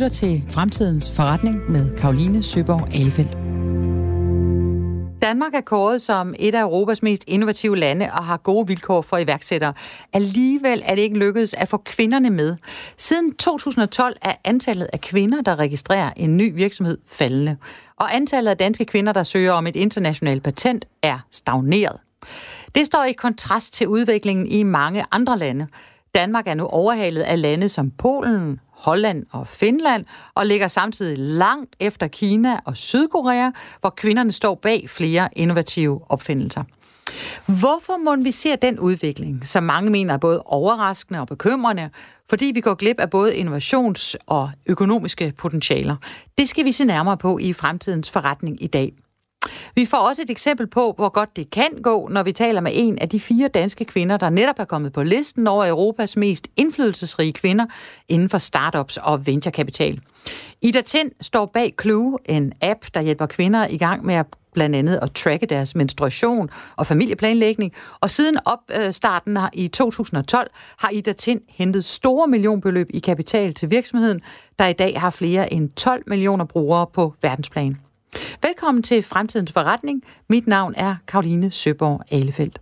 lytter til Fremtidens Forretning med Caroline Søborg Ahlefeldt. Danmark er kåret som et af Europas mest innovative lande og har gode vilkår for iværksættere. Alligevel er det ikke lykkedes at få kvinderne med. Siden 2012 er antallet af kvinder, der registrerer en ny virksomhed, faldende. Og antallet af danske kvinder, der søger om et internationalt patent, er stagneret. Det står i kontrast til udviklingen i mange andre lande. Danmark er nu overhalet af lande som Polen, Holland og Finland, og ligger samtidig langt efter Kina og Sydkorea, hvor kvinderne står bag flere innovative opfindelser. Hvorfor må vi se den udvikling, som mange mener er både overraskende og bekymrende, fordi vi går glip af både innovations- og økonomiske potentialer? Det skal vi se nærmere på i Fremtidens Forretning i dag. Vi får også et eksempel på, hvor godt det kan gå, når vi taler med en af de 4 danske kvinder, der netop er kommet på listen over Europas mest indflydelsesrige kvinder inden for startups og venturekapital. Ida Tind står bag Clue, en app, der hjælper kvinder i gang med blandt andet at tracke deres menstruation og familieplanlægning. Og siden opstarten i 2012 har Ida Tind hentet store millionbeløb i kapital til virksomheden, der i dag har flere end 12 millioner brugere på verdensplan. Velkommen til Fremtidens Forretning. Mit navn er Caroline Søborg Ahlefeldt.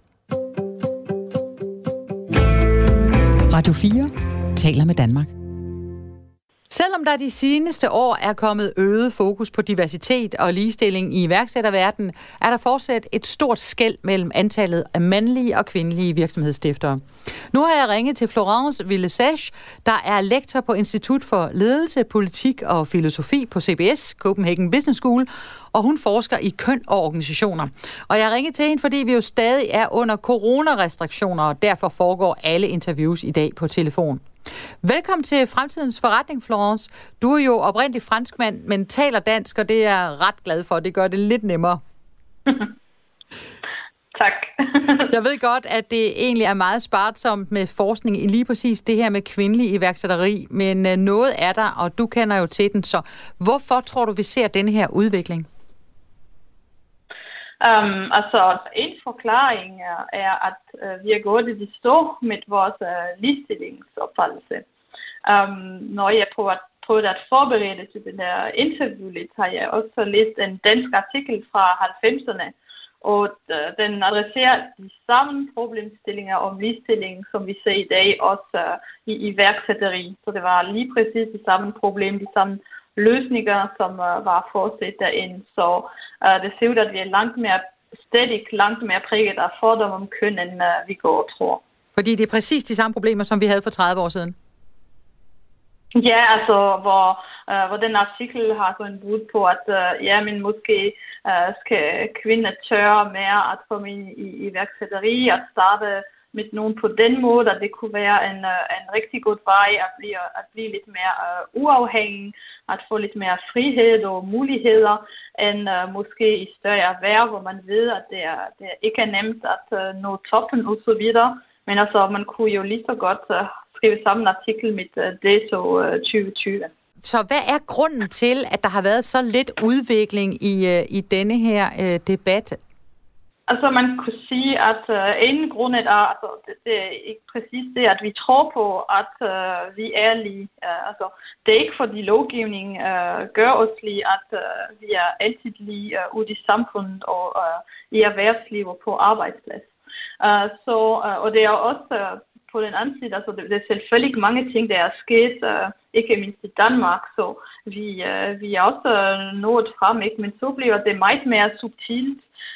Radio 4 taler med Danmark. Selvom der de seneste år er kommet øget fokus på diversitet og ligestilling i iværksætterverdenen, er der fortsat et stort skel mellem antallet af mandlige og kvindelige virksomhedsstiftere. Nu har jeg ringet til Florence Villesage, der er lektor på Institut for Ledelse, Politik og Filosofi på CBS, Copenhagen Business School, og hun forsker i køn og organisationer. Og jeg ringer til hende, fordi vi jo stadig er under coronarestriktioner, og derfor foregår alle interviews i dag på telefon. Velkommen til Fremtidens Forretning, Florence. Du er jo oprindelig franskmand, men taler dansk, og det er jeg ret glad for. Det gør det lidt nemmere. Tak. Jeg ved godt, at det egentlig er meget sparsomt med forskning i lige præcis det her med kvindelig iværksætteri, men noget er der, og du kender jo til den. Så hvorfor tror du, vi ser denne her udvikling? En forklaring er, at vi er gået i stå med vores ligestillingsopfattelse. Når jeg prøvede at forberede til den her interview lidt, har jeg også læst en dansk artikel fra 90'erne, og den adresserer de samme problemstillinger om ligestilling, som vi ser i dag, også i iværksætteri. Så det var lige præcis de samme problem, de samme løsninger, som var fortsat derinde. Så det ser ud, at vi er langt mere præget af fordomme om køn, end vi går og tror. Fordi det er præcis de samme problemer, som vi havde for 30 år siden? Ja, altså, hvor den artikel har sådan en bud på, at men måske skal kvinder tørre mere at komme ind i iværksætteri, at starte med nogen på den måde, at det kunne være en rigtig god vej at blive lidt mere uafhængig, at få lidt mere frihed og muligheder, end måske i større erhverv, hvor man ved, at det ikke er nemt at nå toppen og så videre. Men altså, man kunne jo lige så godt skrive sammen en artikel med DESO 2020. Så hvad er grunden til, at der har været så lidt udvikling i denne her debat? Altså, man kunne sige, at en grund er, det er ikke præcis det, at vi tror på, at vi er lige. Det er ikke fordi lovgivning gør os lige, at vi er altid lige ude i samfundet og i erhvervsliv og på arbejdsplads. Og det er også på den anden side, altså det er selvfølgelig mange ting, der er sket, ikke mindst i Danmark, så vi er også nået frem, ikke? Men så bliver det meget mere subtilt,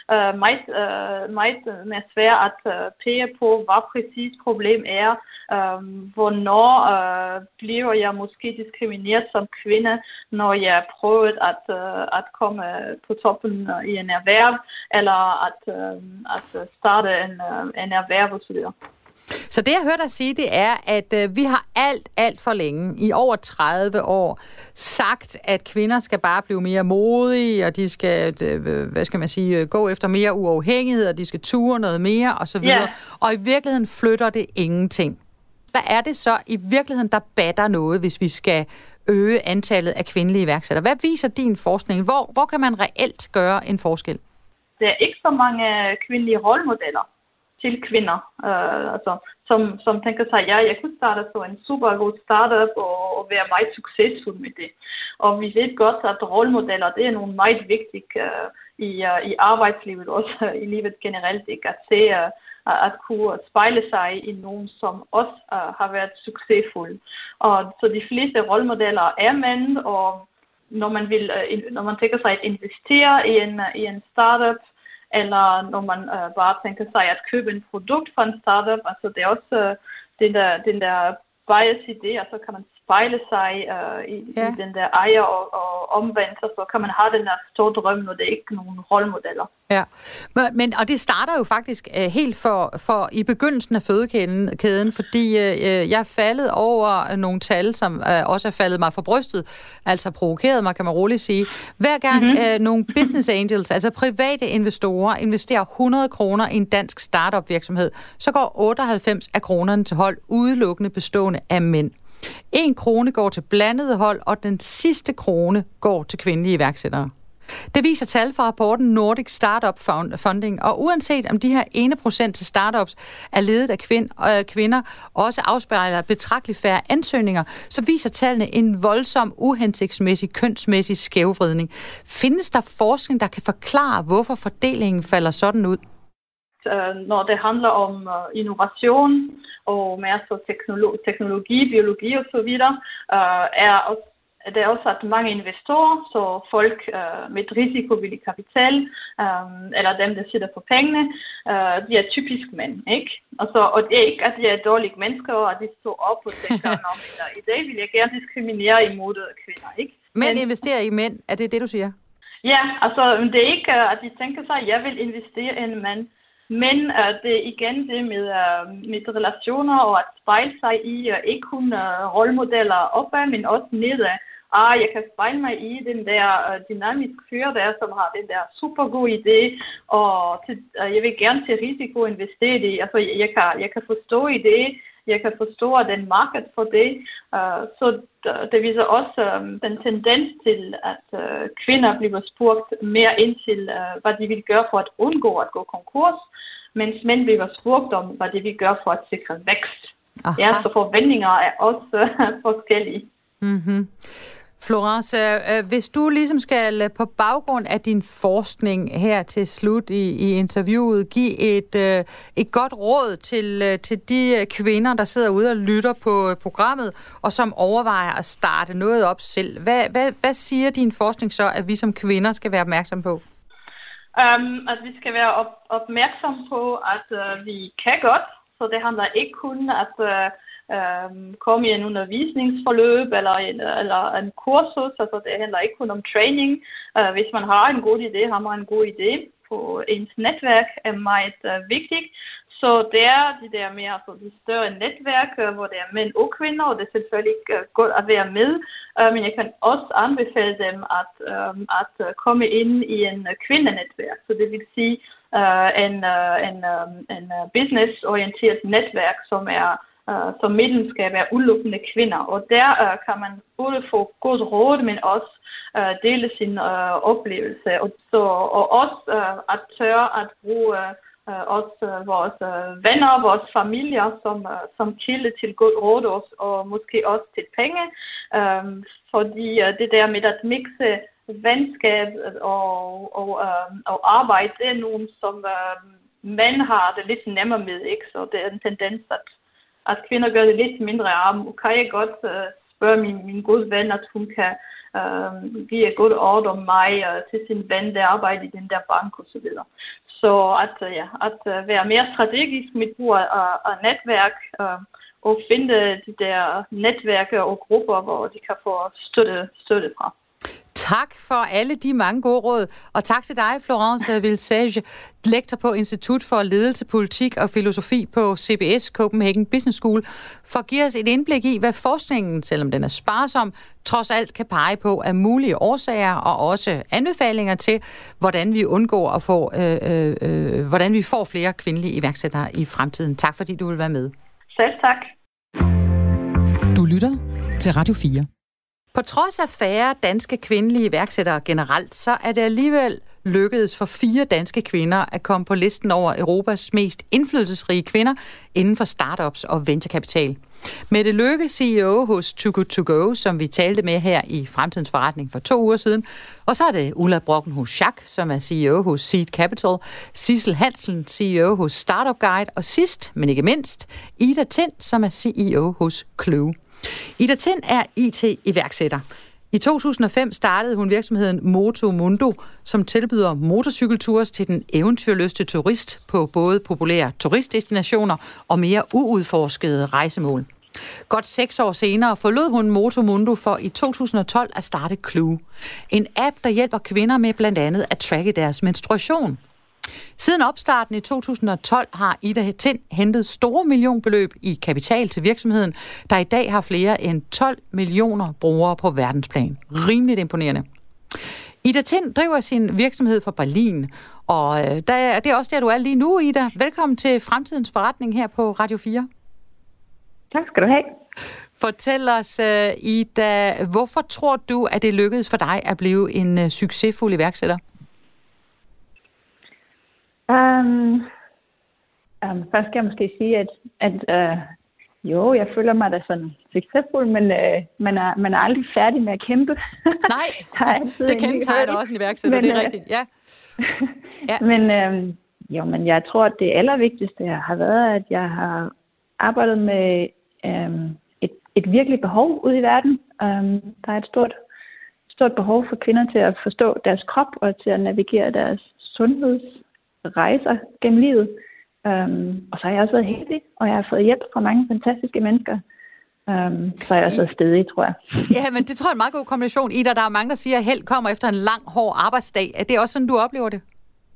meget mere svært at pege på, hvad præcis problem er, hvornår bliver jeg måske diskrimineret som kvinde, når jeg prøver at komme på toppen i en erhverv, eller at starte en erhverv osv. Så det, jeg hørte dig sige, det er, at vi har alt for længe, i over 30 år, sagt, at kvinder skal bare blive mere modige, og de skal, gå efter mere uafhængighed, og de skal ture noget mere, og så videre. Yeah. Og i virkeligheden flytter det ingenting. Hvad er det så i virkeligheden, der batter noget, hvis vi skal øge antallet af kvindelige iværksættere? Hvad viser din forskning? Hvor kan man reelt gøre en forskel? Der er ikke så mange kvindelige rollemodeller til kvinder. som tænker sig, ja, jeg kunne starte så en super god startup og være meget succesfuld med det. Og vi ved godt, at rollemodeller, det er nogle meget vigtige i arbejdslivet, også i livet generelt, ikke? At se, at kunne spejle sig i nogen, som også har været succesfulde. Og så de fleste rollemodeller er mænd, og når man tænker sig at investere i en startup, eller når man bare tænker sig at købe en produkt fra en startup, altså det er også den der bias idé, og så kan man spejle sig i den der ejer og omvendt, og så kan man have den der store drøm, når det ikke er nogen rollemodeller. Ja, men og det starter jo faktisk helt for i begyndelsen af fødekæden, fordi jeg er faldet over nogle tal, som også er faldet mig for brystet, altså provokeret mig, kan man roligt sige. Hver gang nogle business angels, altså private investorer, investerer 100 kroner i en dansk startup virksomhed, så går 98 af kronerne til hold udelukkende bestående af mænd. 1 krone går til blandede hold, og den sidste krone går til kvindelige iværksættere. Det viser tal fra rapporten Nordic Startup Funding, og uanset om de her 1% til startups er ledet af kvinder, også afspejler betragteligt færre ansøgninger, så viser tallene en voldsom, uhensigtsmæssig, kønsmæssig skævvridning. Findes der forskning, der kan forklare, hvorfor fordelingen falder sådan ud? Når det handler om innovation og mere så teknologi, biologi og så videre, er det også at mange investorer, så folk med risikovillig kapital, eller dem, der sidder på pengene, de er typisk mænd, ikke? Og det er ikke, at de er dårlige mennesker, og at de står op og tænker, i dag vil jeg gerne diskriminere imod kvinder, ikke? Men investerer i mænd, er det det, du siger? Ja, altså det er ikke, at de tænker sig, at jeg vil investere i en mand, men det er igen det med relationer og at spejle sig i, ikke kun rollemodeller opad, men også nedad. Jeg kan spejle mig i den der dynamisk fyr der, som har den der super god idé, og jeg vil gerne til risiko investere i. Altså, jeg kan forstå i det, jeg kan forstå den marked for det. Så det viser også den tendens til, at kvinder bliver spurgt mere ind til, hvad de vil gøre for at undgå at gå konkurs, mens mænd bliver spurgt om, hvad de vil gøre for at sikre vækst. Aha. Ja, så forventninger er også forskellige. Mm-hmm. Florence, hvis du ligesom skal på baggrund af din forskning her til slut i interviewet give et godt råd til de kvinder, der sidder ude og lytter på programmet, og som overvejer at starte noget op selv. Hvad siger din forskning så, at vi som kvinder skal være opmærksom på? At vi skal være opmærksom på, at vi kan godt, så det handler ikke kun at komme i en undervisningsforløb eller en kursus, altså det handler ikke kun om training. Hvis man har en god idé, har man en god idé på ens netværk, er meget vigtigt. Så det er de der mere, altså de større netværk, hvor det er mænd og kvinder, og det er selvfølgelig godt at være med. Men jeg kan også anbefale dem at komme ind i en kvindenetværk. Så det vil sige en business-orienteret netværk, som medlemskab er udelukkende kvinder. Og der kan man både få godt råd, men også dele sin oplevelse. Og også at tørre at bruge også vores venner, vores familier som kilde til godt råd og måske også til penge. Fordi det der med at mixe venskab og arbejde, det er nogen, som mænd har det lidt nemmere med, ikke? Så det er en tendens, at kvinder gør det lidt mindre. Kan jeg godt spørge min gode ven, at hun kan give et godt ord om mig til sin ven, der arbejder i den der bank og så videre. Så at være mere strategisk med brug af netværk og finde de der netværk og grupper, hvor de kan få støtte fra. Tak for alle de mange gode råd, og tak til dig, Florence Vilsage, lektor på Institut for Ledelse, Politik og Filosofi på CBS, Copenhagen Business School, for at give os et indblik i, hvad forskningen, selvom den er sparsom, trods alt kan pege på af mulige årsager og også anbefalinger til, hvordan vi undgår at få, hvordan vi får flere kvindelige iværksættere i fremtiden. Tak fordi du vil være med. Selv tak. Du lytter til Radio 4. På trods af færre danske kvindelige iværksættere generelt, så er det alligevel lykkedes for 4 danske kvinder at komme på listen over Europas mest indflydelsesrige kvinder inden for startups og venturekapital. Mette Lykke, CEO hos Too Good To Go, som vi talte med her i Fremtidens Forretning for 2 uger siden. Og så er det Ulla Brockenhuus-Schack, som er CEO hos Seed Capital, Sissel Hansen, CEO hos Startup Guide, og sidst, men ikke mindst, Ida Tind, som er CEO hos Clue. Ida Tind er IT-iværksætter. I 2005 startede hun virksomheden Moto Mundo, som tilbyder motorcykeltours til den eventyrlyste turist på både populære turistdestinationer og mere uudforskede rejsemål. Godt 6 år senere forlod hun Moto Mundo for i 2012 at starte Clue. En app, der hjælper kvinder med blandt andet at tracke deres menstruation. Siden opstarten i 2012 har Ida Tind hentet store millionbeløb i kapital til virksomheden, der i dag har flere end 12 millioner brugere på verdensplan. Rimeligt imponerende. Ida Tind driver sin virksomhed fra Berlin, og det er også der, du er lige nu, Ida. Velkommen til Fremtidens Forretning her på Radio 4. Tak skal du have. Fortæl os, Ida, hvorfor tror du, at det lykkedes for dig at blive en succesfuld iværksætter? Først skal jeg måske sige, at jeg føler mig da sådan succesfuld, men man er aldrig færdig med at kæmpe. Nej, det kendetegner også en iværksætter, det er rigtigt. Ja. Ja. Men jeg tror, at det allervigtigste har været, at jeg har arbejdet med et virkelig behov ude i verden. Der er et stort behov for kvinder til at forstå deres krop og til at navigere deres sundhedsrejser gennem livet. Og så har jeg også været heldig, og jeg har fået hjælp fra mange fantastiske mennesker. Så er jeg også stedig, tror jeg. Ja, men det tror jeg er en meget god kombination. Ida, der er mange, der siger, at held kommer efter en lang, hård arbejdsdag. Er det også sådan, du oplever det?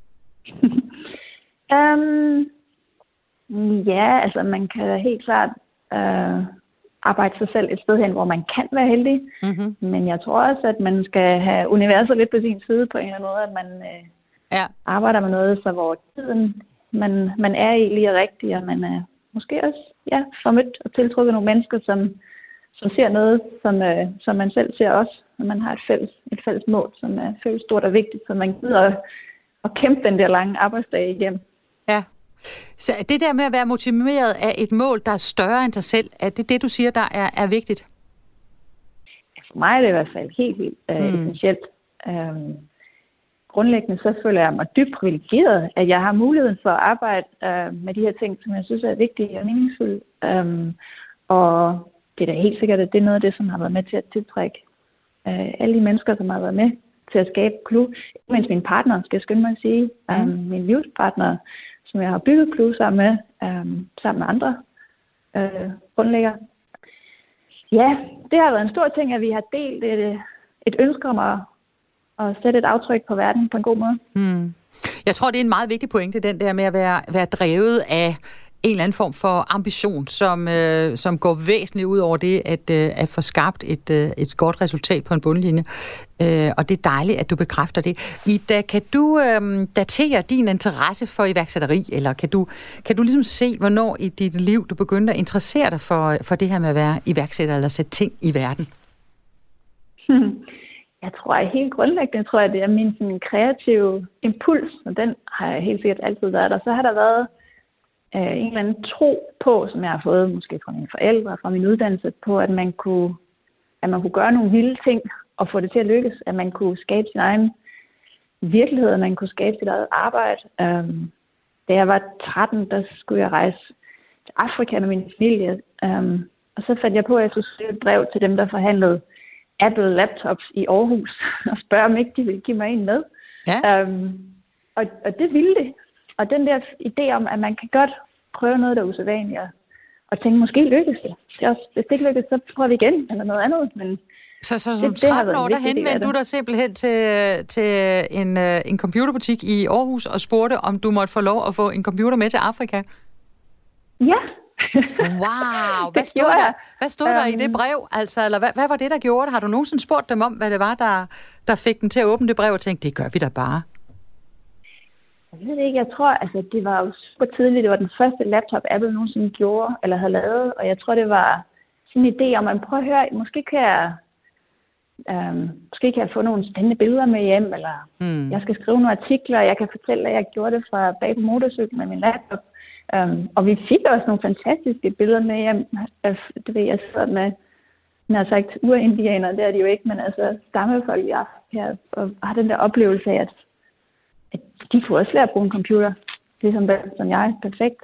Ja, altså man kan helt klart arbejde sig selv et sted hen, hvor man kan være heldig. Mm-hmm. Men jeg tror også, at man skal have universet lidt på sin side på en eller anden måde, at man arbejder med noget, så hvor tiden man er i lige rigtigt, og man måske også får mødt og tiltrukket nogle mennesker, som ser noget, som man selv ser også, og man har et fælles mål, som føles stort og vigtigt, så man gider at kæmpe den der lange arbejdsdag igennem. Ja. Så det der med at være motiveret af et mål, der er større end sig selv, er det du siger, der er vigtigt? For mig er det i hvert fald helt essentielt. Grundlæggende så føler jeg mig dybt privilegeret, at jeg har muligheden for at arbejde med de her ting, som jeg synes er vigtige og meningsfulde. Og det er da helt sikkert, at det er noget af det, som har været med til at tiltrække alle de mennesker, som har været med til at skabe Clue. Ikke mindst min partner, skal jeg skynde mig at sige. Min livspartner, som jeg har bygget Clue sammen med andre grundlæggere. Ja, det har været en stor ting, at vi har delt et ønske om at sætte et aftryk på verden på en god måde. Jeg tror, det er en meget vigtig pointe, den der med at være drevet af en eller anden form for ambition, som går væsentligt ud over det at få skabt et godt resultat på en bundlinje. Og det er dejligt, at du bekræfter det. Ida, kan du datere din interesse for iværksætteri, eller kan du ligesom se, hvornår i dit liv du begyndte at interessere dig for det her med at være iværksætter, eller sætte ting i verden? Jeg tror, at helt grundlæggende, det er min sådan kreative impuls, og den har jeg helt sikkert altid været der. Så har der været en eller anden tro på, som jeg har fået måske fra mine forældre, fra min uddannelse, på, at man kunne gøre nogle vilde ting og få det til at lykkes, at man kunne skabe sin egen virkelighed, at man kunne skabe sit eget arbejde. Da jeg var 13, der skulle jeg rejse til Afrika med min familie, og så fandt jeg på, at jeg skulle skrive et brev til dem, der forhandlede Apple laptops i Aarhus, og spørge, om ikke de ville give mig en med. Ja. Og det ville det. Og den der idé om, at man kan godt prøve noget, der er usædvanligt, og tænke, måske lykkes det. Hvis det ikke lykkes, så prøver vi igen, eller noget andet. Men så som 13 år, der henvendte du dig simpelthen til en computerbutik i Aarhus, og spurgte, om du måtte få lov at få en computer med til Afrika? Ja. Wow! Hvad stod der i det brev? Altså, eller hvad var det, der gjorde det? Har du nogensinde spurgt dem om, hvad det var, der fik dem til at åbne det brev og tænke, det gør vi da bare? Jeg ved det ikke. Jeg tror, det var jo super tidligt. Det var den første laptop, Apple nogensinde gjorde, eller havde lavet. Og jeg tror, det var sådan en idé om, at prøv at høre, måske kan jeg Måske kan jeg få nogle spændende billeder med hjem, eller jeg skal skrive nogle artikler, og jeg kan fortælle, at jeg gjorde det fra bag på motorcykel med min laptop. Og vi fik også nogle fantastiske billeder med hjem. Det ved jeg sådan med, jeg har sagt urindianer, det er de jo ikke, men altså stammefolk i Afrika, og har den der oplevelse af, at de kunne også lære at bruge en computer, ligesom som jeg, perfekt.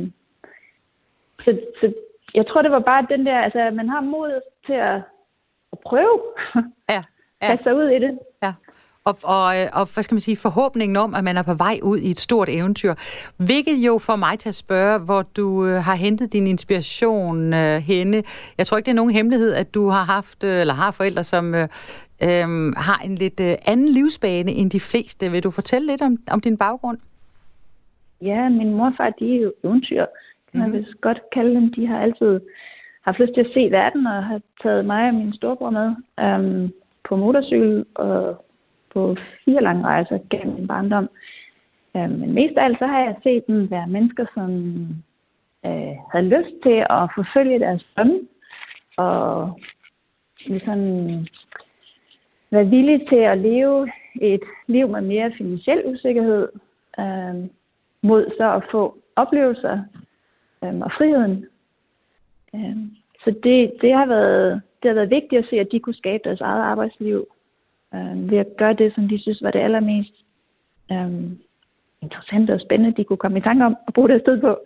Så jeg tror, det var bare den der, altså man har mod til at prøve. Ja. Kaste sig ud i det. Ja. Og hvad skal man sige, forhåbningen om, at man er på vej ud i et stort eventyr. Hvilket jo får mig til at spørge, hvor du har hentet din inspiration henne. Jeg tror ikke, det er nogen hemmelighed, at du har haft, eller har forældre, som har en lidt anden livsbane end de fleste. Vil du fortælle lidt om din baggrund? Ja, min morfar, de er jo eventyr. Kan man vist godt kalde dem. De har altid haft lyst til at se verden, og har taget mig og min storebror med på motorcykel og på 4 lange rejser gennem min barndom. Men mest af alt, så har jeg set dem være mennesker, som havde lyst til at forfølge deres drømme, og ligesom være villige til at leve et liv med mere finansiel usikkerhed, mod så at få oplevelser og friheden. Så det har været vigtigt at se, at de kunne skabe deres eget arbejdsliv ved at gøre det, som de synes var det allermest interessante og spændende, de kunne komme i tanke om at bruge deres tid på.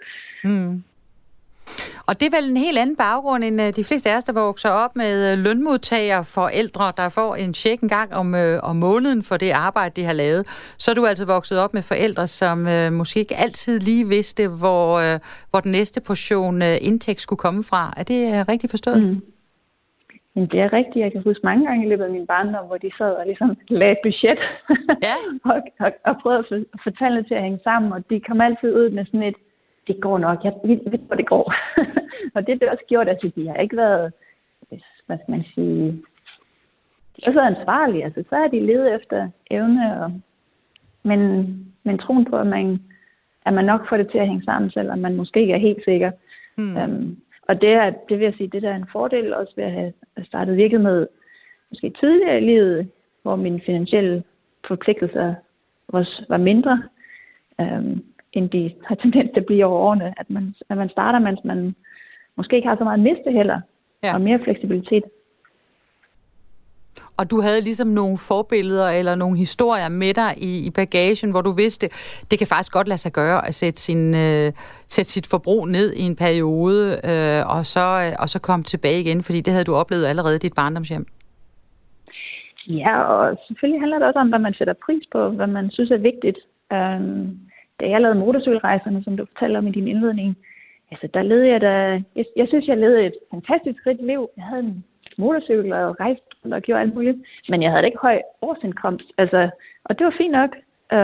Og det er vel en helt anden baggrund end de fleste af os, der vokser op med lønmodtagere, forældre, der får en check en gang om måneden for det arbejde, de har lavet. Så er du altså vokset op med forældre, som måske ikke altid lige vidste, hvor den næste portion indtægt skulle komme fra. Er det rigtigt forstået? Men det er rigtigt. Jeg kan huske mange gange i løbet af min barndom, hvor de sad og ligesom lagde et budget og prøvede at få tallene til at hænge sammen, og de kom altid ud med sådan et, det går nok, jeg ved, hvor det går. Og det også gjort, at de har ikke været, hvad skal man sige, de har også været ansvarlige. Altså, så har de levet efter evne, men troen på, at man nok får det til at hænge sammen, selvom man måske ikke er helt sikker. Og det vil jeg sige, det der er en fordel også ved at have startet virksomhed måske tidligere i livet, hvor mine finansielle forpligtelser også var mindre, end de har tendens til at blive over årene. At man starter, mens man måske ikke har så meget at miste heller, og mere fleksibilitet. Og du havde ligesom nogle forbilleder eller nogle historier med dig i bagagen, hvor du vidste, det kan faktisk godt lade sig gøre at sætte sit forbrug ned i en periode, og så komme tilbage igen, fordi det havde du oplevet allerede i dit barndomshjem. Ja, og selvfølgelig handler det også om, hvad man sætter pris på, hvad man synes er vigtigt. Da jeg lavede motorcykelrejserne, som du fortalte om i din indledning, altså der levede jeg synes, jeg levede et fantastisk rigt liv. Jeg havde en motorcykel og rejste og gjorde alt muligt, men jeg havde ikke høj årsindkomst. Altså, og det var fint nok,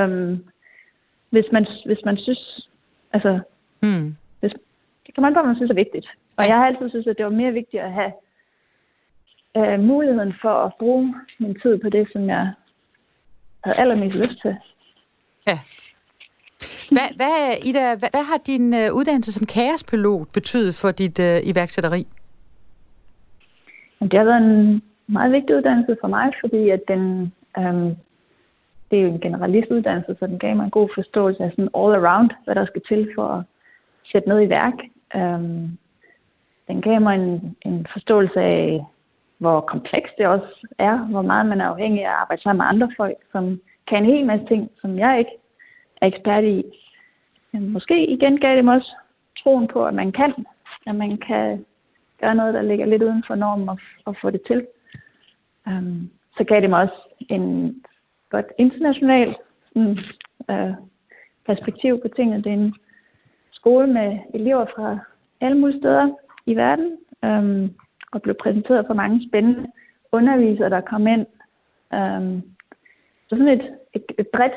hvis man synes, altså, det kan man godt, man synes er vigtigt. Og jeg har altid synes, at det var mere vigtigt at have muligheden for at bruge min tid på det, som jeg havde allermest lyst til. Ja. Hvad har din uddannelse som kaospilot betydet for dit iværksætteri? Det har været en meget vigtig uddannelse for mig, fordi at det er jo en generalistuddannelse, så den gav mig en god forståelse af sådan all around, hvad der skal til for at sætte noget i værk. Den gav mig en forståelse af, hvor komplekst det også er, hvor meget man er afhængig af at arbejde sammen med andre folk, som kan en hel masse ting, som jeg ikke er ekspert i. Men måske igen gav det mig også troen på, at man kan gøre noget, der ligger lidt uden for normen og få det til. Så gav det mig også en godt international perspektiv på tingene. Det er en skole med elever fra alle mulige steder i verden, og blev præsenteret for mange spændende undervisere, der kom ind. Så sådan et bredt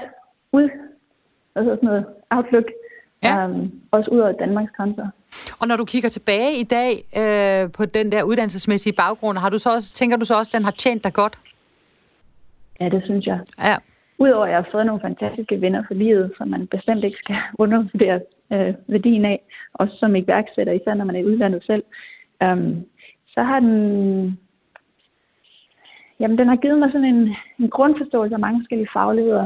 outlook, også ud over Danmarks grænser. Og når du kigger tilbage i dag på den der uddannelsesmæssige baggrund, tænker du så også, at den har tjent dig godt? Ja, det synes jeg. Ja. Udover at jeg har fået nogle fantastiske venner for livet, som man bestemt ikke skal undervurdere værdien af, også som iværksætter, især når man er i udlandet selv, så har den Jamen, den har givet mig sådan en grundforståelse af mange forskellige fagligheder.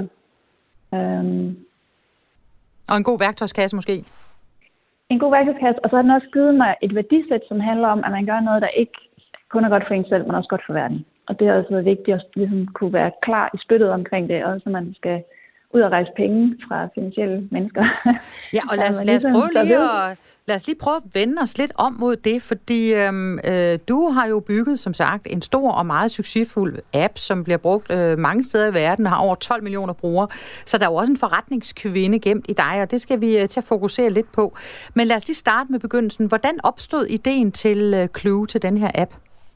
Og en god værktøjskasse måske? En god værktøjskasse, og så har den også givet mig et værdisæt, som handler om, at man gør noget, der ikke kun er godt for en selv, men også godt for verden. Og det har også været vigtigt at ligesom kunne være klar i spyttet omkring det, også når man skal ud og rejse penge fra finansielle mennesker. Ja, og lad os lige prøve at vende os lidt om mod det, fordi du har jo bygget, som sagt, en stor og meget succesfuld app, som bliver brugt mange steder i verden, har over 12 millioner brugere. Så der er jo også en forretningskvinde gemt i dig, og det skal vi til at fokusere lidt på. Men lad os lige starte med begyndelsen. Hvordan opstod ideen til Clue, til den her app?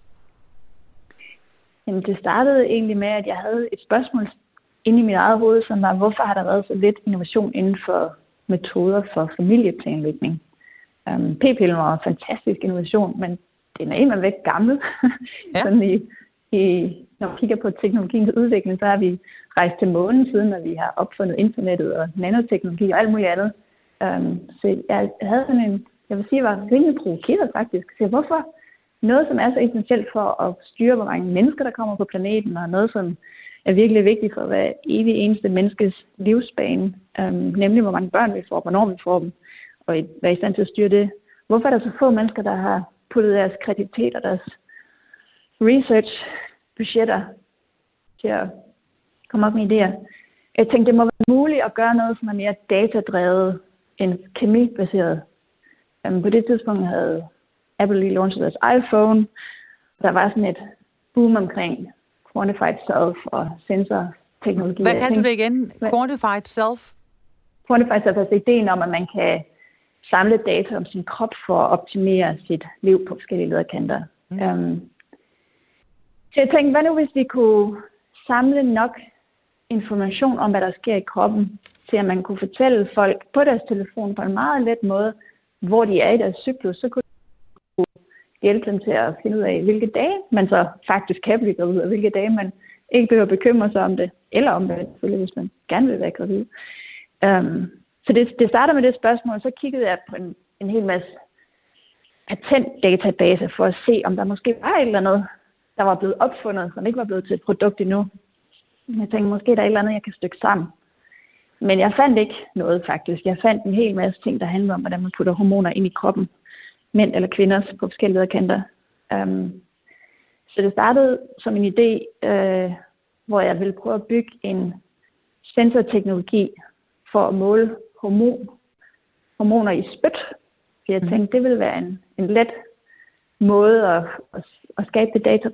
Jamen, det startede egentlig med, at jeg havde et spørgsmål inde i mit eget hoved, som var, hvorfor har der været så lidt innovation inden for metoder for familieplanlægning? P-pillen var en fantastisk innovation, men den er imod væk gammel. Ja. Sådan når vi kigger på teknologiens udvikling, så har vi rejst til månen siden, at vi har opfundet internettet og nanoteknologi og alt muligt andet. Så jeg havde sådan jeg vil sige, var rimelig provokeret faktisk. Så hvorfor noget, som er så essentielt for at styre, hvor mange mennesker, der kommer på planeten, og noget, som er virkelig vigtigt for hver evig eneste menneskes livsbane, nemlig hvor mange børn vi får, hvornår vi får dem, og være i stand til at styre det. Hvorfor er der så få mennesker, der har puttet deres kreativitet og deres research-budgetter til at komme op med idéer? Jeg tænkte, det må være muligt at gøre noget, som er mere datadrevet end kemibaseret. På det tidspunkt havde Apple lige launchet deres iPhone. Der var sådan et boom omkring Quantified Self og sensorteknologi. Hvad kaldte du det igen? Quantified Self? Quantified Self er altså ideen om, at man kan samle data om sin krop for at optimere sit liv på forskellige lederkanter. Så jeg tænkte, hvad nu hvis vi kunne samle nok information om, hvad der sker i kroppen, til at man kunne fortælle folk på deres telefon på en meget let måde, hvor de er i deres cyklus, så kunne hjælpe dem til at finde ud af, hvilke dage man så faktisk kan blive gravid, og hvilke dage man ikke behøver at bekymre sig om det, eller om det, selvfølgelig, hvis man gerne vil være gravid. Så det starter med det spørgsmål, og så kiggede jeg på en hel masse patentdatabaser for at se, om der måske var et eller andet, der var blevet opfundet, som ikke var blevet til et produkt endnu. Jeg tænkte, måske der er et eller andet, jeg kan stykke sammen. Men jeg fandt ikke noget faktisk. Jeg fandt en hel masse ting, der handler om, hvordan man putter hormoner ind i kroppen. Mænd eller kvinder på forskellige lederkanter. Så det startede som en idé, hvor jeg ville prøve at bygge en sensorteknologi for at måle hormoner i spyt. Så jeg tænkte, det ville være en let måde at skabe det data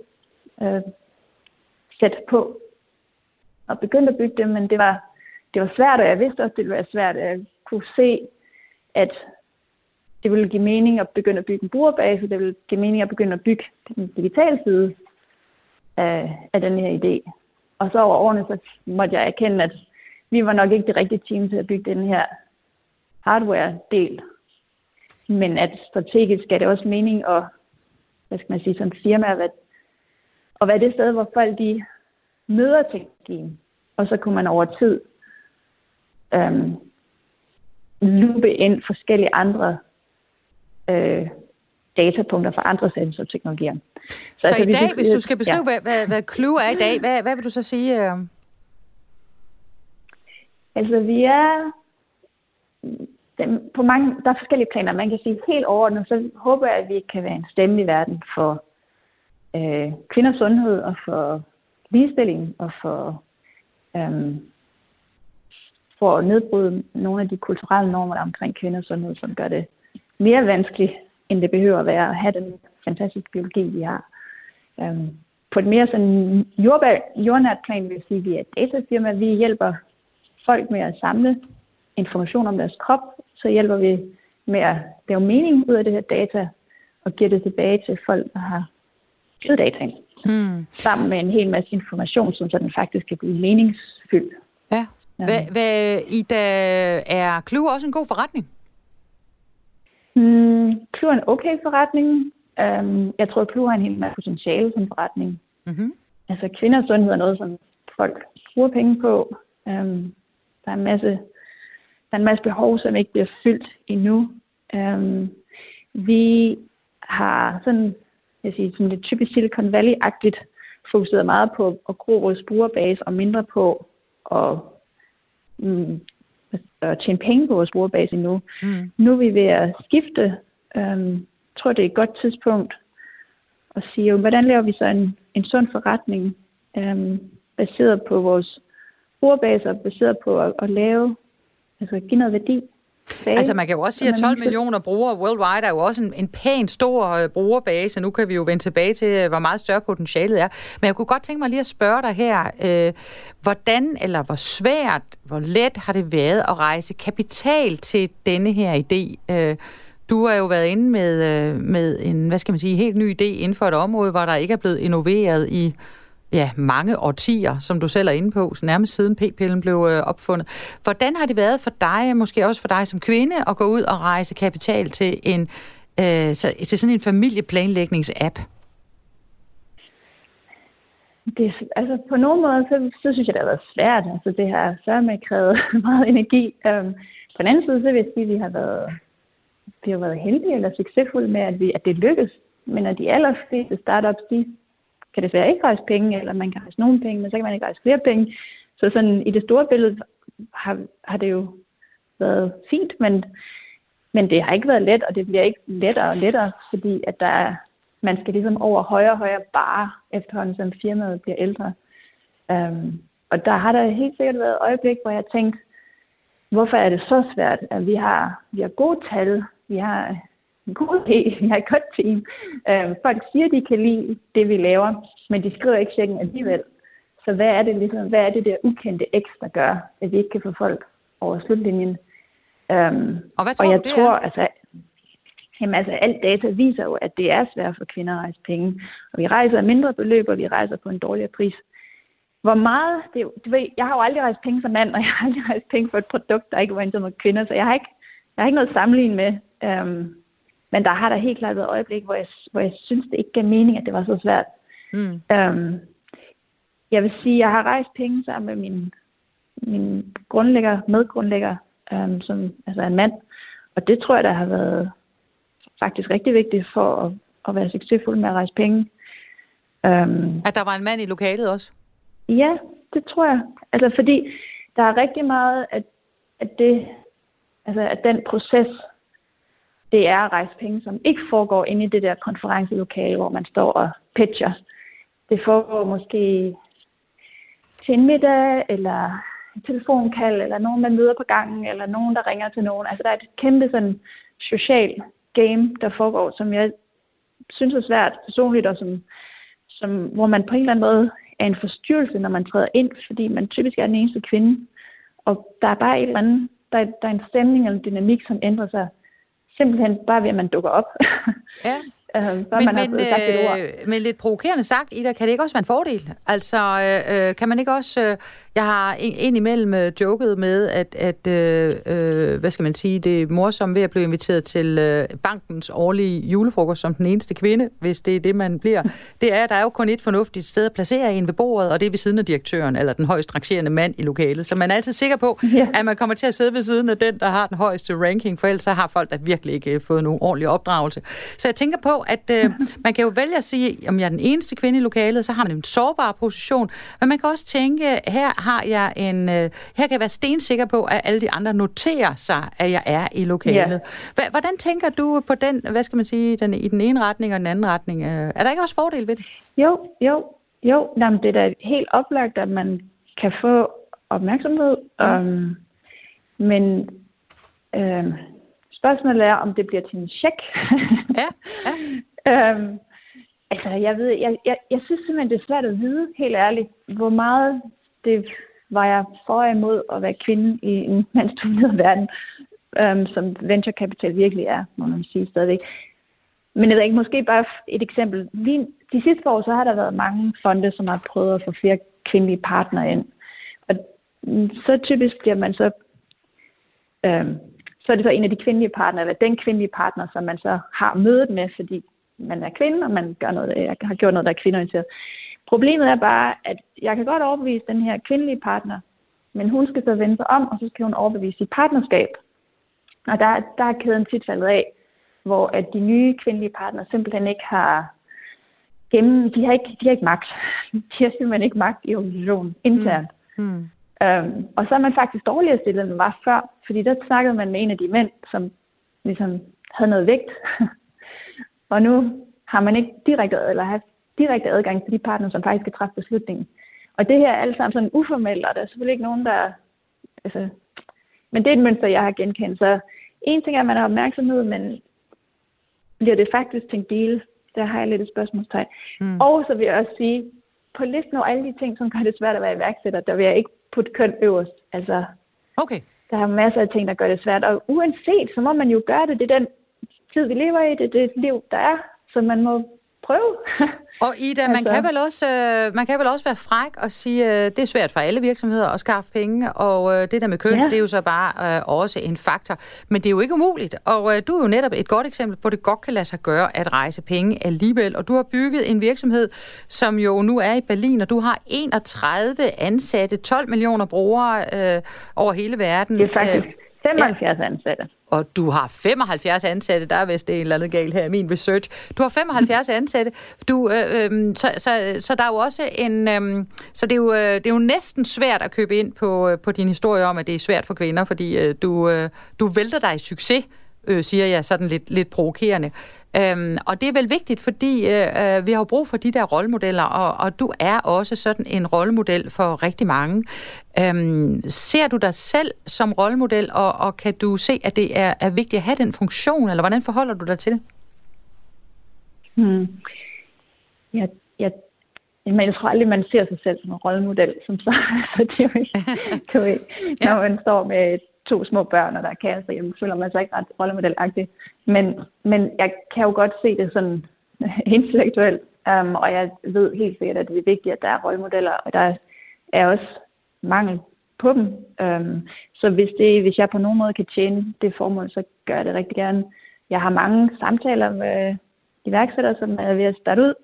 sæt på. Og begyndte at bygge det, men det var svært, og jeg vidste også, det ville være svært. Jeg kunne se, at det ville give mening at begynde at bygge en brugerbase, det ville give mening at begynde at bygge den digitale side af den her idé. Og så over årene, så måtte jeg erkende, at vi var nok ikke det rigtige team til at bygge den her hardware-del. Men at strategisk er det også mening at, som firma, at være det sted, hvor folk de møder teknologien. Og så kunne man over tid loope ind forskellige andre datapunkter fra andre sensorteknologier. Så i dag, hvis du skal beskrive, hvad Clue er i dag, hvad vil du så sige? Altså, vi er på mange, der er forskellige planer. Man kan sige helt overordnet, så håber jeg, at vi kan være en stemme i verden for kvinders sundhed og for ligestilling og for at nedbryde nogle af de kulturelle normer, der omkring kvinders sundhed, som gør det mere vanskeligt, end det behøver at være at have den fantastiske biologi, vi har. På et mere sådan jordnært plan vil jeg sige, at vi er et datafirma. Vi hjælper folk med at samle information om deres krop. Så hjælper vi med at lave mening ud af det her data og give det tilbage til folk, der har givet dataen. Sammen med en hel masse information, som så den faktisk kan blive meningsfyldt. Ja. Ida, er Clue også en god forretning? Clue er en okay forretning. Jeg tror, at Clue har en hel masse potentiale som forretning. Mm-hmm. Altså kvinders sundhed er noget, som folk bruger penge på. Der er en masse behov, som ikke bliver fyldt endnu. Vi har sådan lidt typisk Silicon Valley-agtigt fokuseret meget på at gro vores brugerbase og mindre på at tjene penge på vores brugerbase endnu. Nu er vi ved at skifte. Jeg tror, det er et godt tidspunkt at sige, hvordan laver vi så en sund forretning, baseret på vores brugerbase og baseret på at lave, altså give noget værdi. Altså man kan jo også sige, at 12 millioner brugere worldwide er jo også en pæn stor brugerbase. Nu kan vi jo vende tilbage til, hvor meget større potentialet er. Men jeg kunne godt tænke mig lige at spørge dig her, hvordan eller hvor svært, hvor let har det været at rejse kapital til denne her idé? Du har jo været inde med en, hvad skal man sige, helt ny idé inden for et område, hvor der ikke er blevet innoveret i mange årtier, som du selv er inde på, nærmest siden p-pillen blev opfundet. Hvordan har det været for dig, måske også for dig som kvinde, at gå ud og rejse kapital til til sådan en familieplanlægnings-app? Altså på nogle måder, så synes jeg, det har været svært. Altså det har sørme krævet meget energi. På den anden side, så vil jeg sige, at vi har været heldige eller succesfulde med, at det lykkes. Men at de allerfleste startups, de kan desværre ikke rejse penge, eller man kan rejse nogle penge, men så kan man ikke rejse flere penge. Så sådan i det store billede har det jo været fint, men det har ikke været let, og det bliver ikke lettere og lettere, fordi at man skal ligesom over højere og højere bare efterhånden, som firmaet bliver ældre. Og der har der helt sikkert været et øjeblik, hvor jeg tænkte, hvorfor er det så svært, at vi har gode tal, vi har en god idé, vi har et godt team. Folk siger, de kan lide det, vi laver, men de skriver ikke checken alligevel. Så hvad er det der ukendte X, der gør, at vi ikke kan få folk over slutlinjen? Og hvad tror du, tror, altså alt data viser jo, at det er svært for kvinder at rejse penge. Og vi rejser mindre beløb, og vi rejser på en dårligere pris. Hvor meget, jeg har jo aldrig rejst penge som mand, og jeg har aldrig rejst penge for et produkt, der ikke er orienteret mod kvinder, så jeg har ikke noget at sammenligne med. Men der har der helt klart været et øjeblik, hvor jeg synes, det ikke gav mening, at det var så svært. Jeg vil sige, at jeg har rejst penge sammen med min medgrundlægger, som altså er en mand. Og det tror jeg, der har været faktisk rigtig vigtigt for at være succesfuld med at rejse penge. At der var en mand i lokalet også? Ja, det tror jeg. Altså fordi der er rigtig meget, at den proces, det er at rejse penge, som ikke foregår inde i det der konferencelokale, hvor man står og pitcher. Det foregår måske til en middag, eller et telefonkald, eller nogen, man møder på gangen, eller nogen, der ringer til nogen. Altså der er et kæmpe sådan social game, der foregår, som jeg synes er svært personligt, og hvor man på en eller anden måde er en forstyrrelse, når man træder ind, fordi man typisk er den eneste kvinde. Og der er bare et eller andet, der er en stemning eller en dynamik, som ændrer sig simpelthen bare ved, at man dukker op. Ja. Men lidt provokerende sagt, Ida, kan det ikke også være en fordel? Altså, kan man ikke også... jeg har indimellem joket med, at hvad skal man sige, det er morsomt ved at blive inviteret til bankens årlige julefrokost som den eneste kvinde, hvis det er det, man bliver. Det er, der er jo kun et fornuftigt sted at placere en ved bordet, og det er ved siden af direktøren, eller den højst rangerende mand i lokalet. Så man er altid sikker på, at man kommer til at sidde ved siden af den, der har den højeste ranking, for ellers så har folk der virkelig ikke fået nogen ordentlig opdragelse. Så jeg tænker på, at man kan jo vælge at sige, om jeg er den eneste kvinde i lokalet, så har man en sårbar position, men man kan også tænke, her kan jeg være stensikker på, at alle de andre noterer sig, at jeg er i lokalet. Yeah. Hvordan tænker du på den, hvad skal man sige, i den ene retning og den anden retning? Er der ikke også fordel ved det? Jo. Jamen, det er da helt oplagt, at man kan få opmærksomhed. Men spørgsmålet er, om det bliver til en check. Ja. Altså, jeg synes simpelthen, det er svært at vide, helt ærligt, hvor meget det var jeg for imod at være kvinde i en mandsdomineret verden, som venture capital virkelig er, må man sige stadigvæk. Men jeg ved ikke, måske bare et eksempel. De sidste år, så har der været mange fonde, som har prøvet at få flere kvindelige partnere ind. Og så typisk bliver man så er det så en af de kvindelige partnere, eller den kvindelige partner, som man så har mødet med, fordi man er kvinde, og man har gjort noget, der er kvindeorienteret. Problemet er bare, at jeg kan godt overbevise den her kvindelige partner, men hun skal så vende sig om, og så skal hun overbevise sit partnerskab. Og der er kæden tit faldet af, hvor at de nye kvindelige partnere simpelthen ikke har de har ikke magt. De har simpelthen ikke magt i organisationen internt. Og så er man faktisk dårligere stillet, end man var før, fordi der snakkede man med en af de mænd, som ligesom havde noget vægt. Og nu har man ikke direkte adgang til de partner, som faktisk skal træffe beslutningen. Og det her er alt sammen sådan uformelt, og der er selvfølgelig ikke nogen, der... Altså, men det er et mønster, jeg har genkendt. Så en ting er, at man har opmærksomhed, men bliver det faktisk til en deal? Der har jeg lidt et spørgsmålstegn. Og så vil jeg også sige, på listen over alle de ting, som gør det svært at være iværksætter, der vil jeg ikke putte køn øverst. Altså, okay. Der er masser af ting, der gør det svært. Og uanset, så må man jo gøre det. Det er den tid, vi lever i. Det er det liv, der er. Så man må prøve. Og Ida, man kan vel også være fræk og sige, det er svært for alle virksomheder at skaffe penge, og det der med køn, det er jo så bare også en faktor. Men det er jo ikke umuligt, og du er jo netop et godt eksempel på, at det godt kan lade sig gøre at rejse penge alligevel. Og du har bygget en virksomhed, som jo nu er i Berlin, og du har 31 ansatte, 12 millioner brugere over hele verden. Det er faktisk 75 ansatte. Og du har 75 ansatte, der er vist en eller andet galt her i min research. Du har 75 ansatte. Så der er jo også en... Så det er jo næsten svært at købe ind på din historie om, at det er svært for kvinder, fordi du vælter dig i succes, siger jeg sådan lidt provokerende. Og det er vel vigtigt, fordi vi har brug for de der rollemodeller, og du er også sådan en rollemodel for rigtig mange. Ser du dig selv som rollemodel, og kan du se, at det er vigtigt at have den funktion, eller hvordan forholder du dig til det? Men jeg tror aldrig, man ser sig selv som en rollemodel, som så det er jo ikke, når man står med 2 små børn, og der er kaos derhjemme, føler man sig ikke ret rollemodelagtig. Men jeg kan jo godt se det sådan intellektuelt, og jeg ved helt sikkert, at det er vigtigt, at der er rollemodeller, og der er også mangel på dem. Så hvis jeg på nogen måde kan tjene det formål, så gør jeg det rigtig gerne. Jeg har mange samtaler med iværksættere, som er ved at starte ud.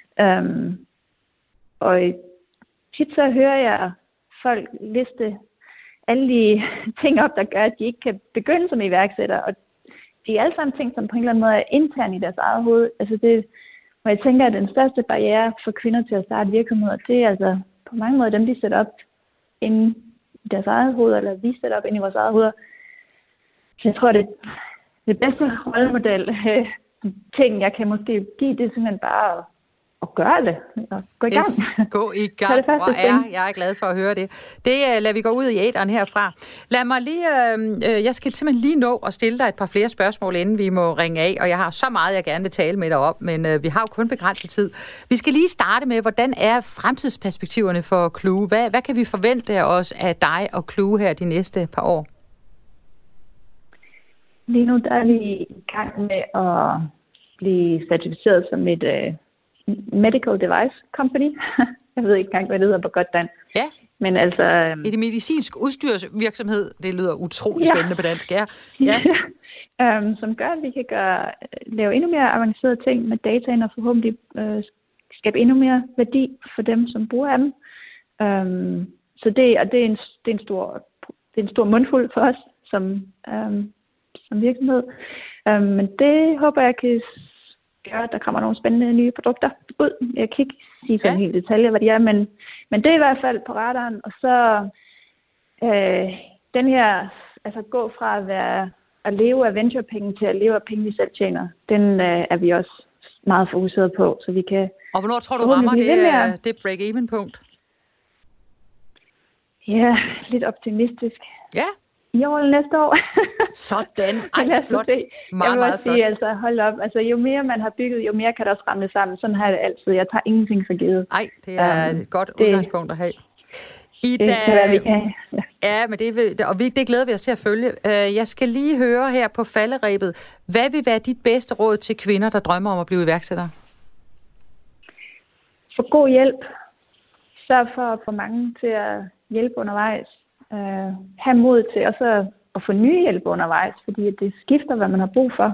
Og tit så hører jeg folk liste alle de ting op, der gør, at de ikke kan begynde som iværksætter. Og de er alle sammen ting, som på en eller anden måde er interne i deres eget hoved. Altså det, og jeg tænker, at den største barriere for kvinder til at starte virksomheder, det er altså på mange måder dem, de sætter op inde i deres eget hoved, eller vi sætter op inde i vores eget hoved. Så jeg tror, det bedste rollemodel ting, jeg kan måske give, det er simpelthen bare at gøre det. Og gå i gang. Gå i gang. Jeg er glad for at høre det. Det lader vi gå ud i æteren herfra. Lad mig lige... jeg skal simpelthen lige nå at stille dig et par flere spørgsmål, inden vi må ringe af, og jeg har så meget, jeg gerne vil tale med dig om, men vi har jo kun begrænset tid. Vi skal lige starte med, hvordan er fremtidsperspektiverne for Clue? Hvad kan vi forvente os af dig og Clue her de næste par år? Lige nu der er vi i gang med at blive certificeret som et medical device company. Jeg ved ikke engang, hvad det hedder på godt dansk. Ja. Men altså... Et medicinsk udstyrsvirksomhed. Det lyder utrolig spændende på dansk, ja. Som gør, at vi kan lave endnu mere avancerede ting med dataen, og forhåbentlig skabe endnu mere værdi for dem, som bruger dem. Så det er en stor mundfuld for os som virksomhed. Men det håber jeg kan gøre, at der kommer nogle spændende nye produkter ud. Jeg kan ikke sige sådan helt detaljer, hvad de er, men det er i hvert fald på radaren. Og så den her, altså gå fra at leve af venturepenge til at leve af penge, vi selv tjener, den er vi også meget fokuseret på, så vi kan... Og hvornår tror du rammer det break-even-punkt? Ja, lidt optimistisk. Ja. I år eller næste år. Sådan. Ej, flot. Meget sige, altså hold op. Altså, jo mere man har bygget, jo mere kan det også ramle sammen. Sådan har jeg det altid. Jeg tager ingenting for givet. Ej, det er et godt udgangspunkt at have. Ida, det kan være, vi kan. Ja, men det glæder vi os til at følge. Jeg skal lige høre her på falderebet. Hvad vil være dit bedste råd til kvinder, der drømmer om at blive iværksættere? For god hjælp. Sørg for at få mange til at hjælpe undervejs. Have mod til også at få nye hjælp undervejs, fordi det skifter, hvad man har brug for.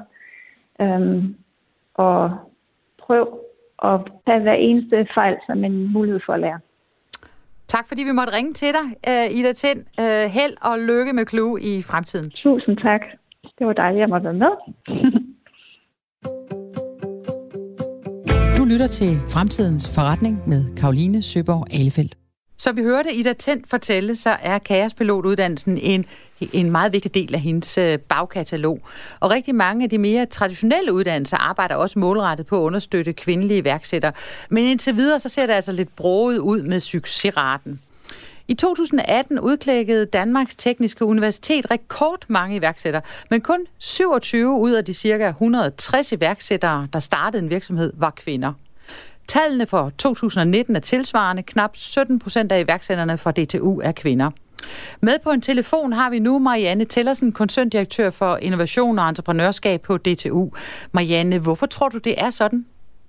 Og prøv at tage hver eneste fejl som en mulighed for at lære. Tak fordi vi måtte ringe til dig, Ida Tind. Held og lykke med Clue i fremtiden. Tusind tak. Det var dejligt, at jeg måtte være med. Du Du lytter til Fremtidens Forretning med Caroline Søborg Ahlefeldt. Så vi hørte Ida Tind fortælle, så er kaospilotuddannelsen en meget vigtig del af hendes bagkatalog. Og rigtig mange af de mere traditionelle uddannelser arbejder også målrettet på at understøtte kvindelige iværksættere. Men indtil videre, så ser det altså lidt broget ud med succesraten. I 2018 udklækkede Danmarks Tekniske Universitet rekordmange iværksættere, men kun 27 ud af de ca. 160 iværksættere, der startede en virksomhed, var kvinder. Tallene for 2019 er tilsvarende. Knap 17% af iværksætterne fra DTU er kvinder. Med på en telefon har vi nu Marianne Tellersen, koncerndirektør for innovation og entreprenørskab på DTU. Marianne, hvorfor tror du, det er sådan?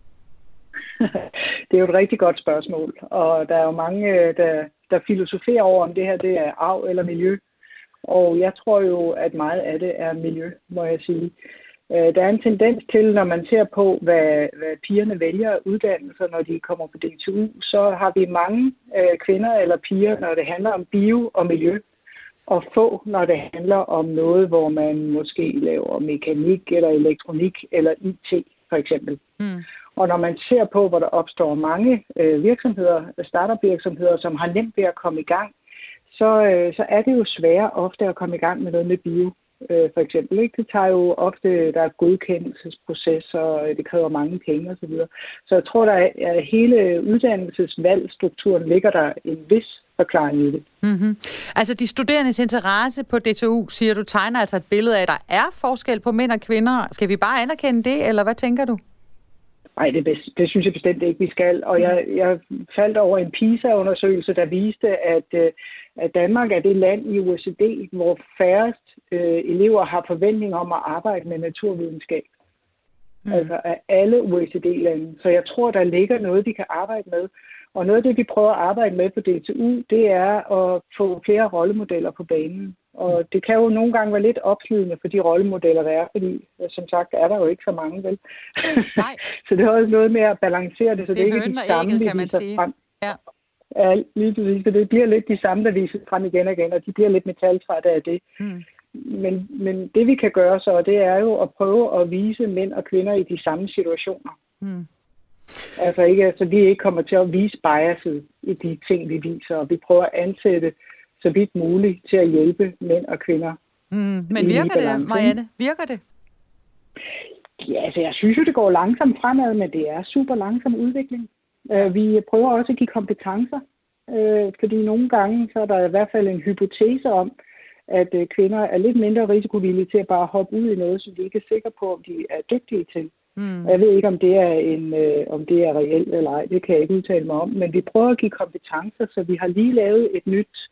Det er jo et rigtig godt spørgsmål, og der er jo mange, der filosoferer over, om det her det er arv eller miljø. Og jeg tror jo, at meget af det er miljø, må jeg sige. Der er en tendens til, når man ser på, hvad pigerne vælger uddannelser, når de kommer på DTU, så har vi mange kvinder eller piger, når det handler om bio og miljø, og få, når det handler om noget, hvor man måske laver mekanik eller elektronik eller IT for eksempel. Mm. Og når man ser på, hvor der opstår mange virksomheder, startup-virksomheder, som har nemt ved at komme i gang, så er det jo sværere ofte at komme i gang med noget med bio. For eksempel. Ikke? Det tager jo ofte, der er godkendelsesprocesser, det kræver mange penge osv. Så jeg tror, at hele uddannelsesvalgstrukturen ligger der en vis forklaring i det. Mm-hmm. Altså de studerendes interesse på DTU, siger du, tegner altså et billede af, at der er forskel på mænd og kvinder. Skal vi bare anerkende det, eller hvad tænker du? Nej, det synes jeg bestemt ikke, vi skal. Og jeg faldt over en PISA-undersøgelse, der viste, at Danmark er det land i OECD, hvor færrest elever har forventning om at arbejde med naturvidenskab. Altså af alle OECD-lande. Så jeg tror, der ligger noget, vi kan arbejde med. Og noget af det, vi prøver at arbejde med på DTU, det er at få flere rollemodeller på banen. Og det kan jo nogle gange være lidt opslidende for de rollemodeller, der er, fordi som sagt er der jo ikke så mange, vel? Nej. Så det er også noget med at balancere det, så det er ikke de samme, vi viser frem. Ja. Ja, lige præcis. Så det bliver lidt de samme, der viser frem igen og igen, og de bliver lidt metaltrætte af det. Mm. Men det vi kan gøre så, det er jo at prøve at vise mænd og kvinder i de samme situationer. Mm. Altså vi ikke kommer til at vise biaset i de ting, vi viser, og vi prøver at ansætte så vidt muligt til at hjælpe mænd og kvinder. Men virker det, Marianne? Virker det? Ja, altså jeg synes jo, det går langsomt fremad, men det er super langsom udvikling. Vi prøver også at give kompetencer, fordi nogle gange så er der i hvert fald en hypotese om, at kvinder er lidt mindre risikovillige til at bare hoppe ud i noget, som de ikke er sikre på, om de er dygtige til. Mm. Jeg ved ikke, om det er reelt eller ej, det kan jeg ikke udtale mig om, men vi prøver at give kompetencer, så vi har lige lavet en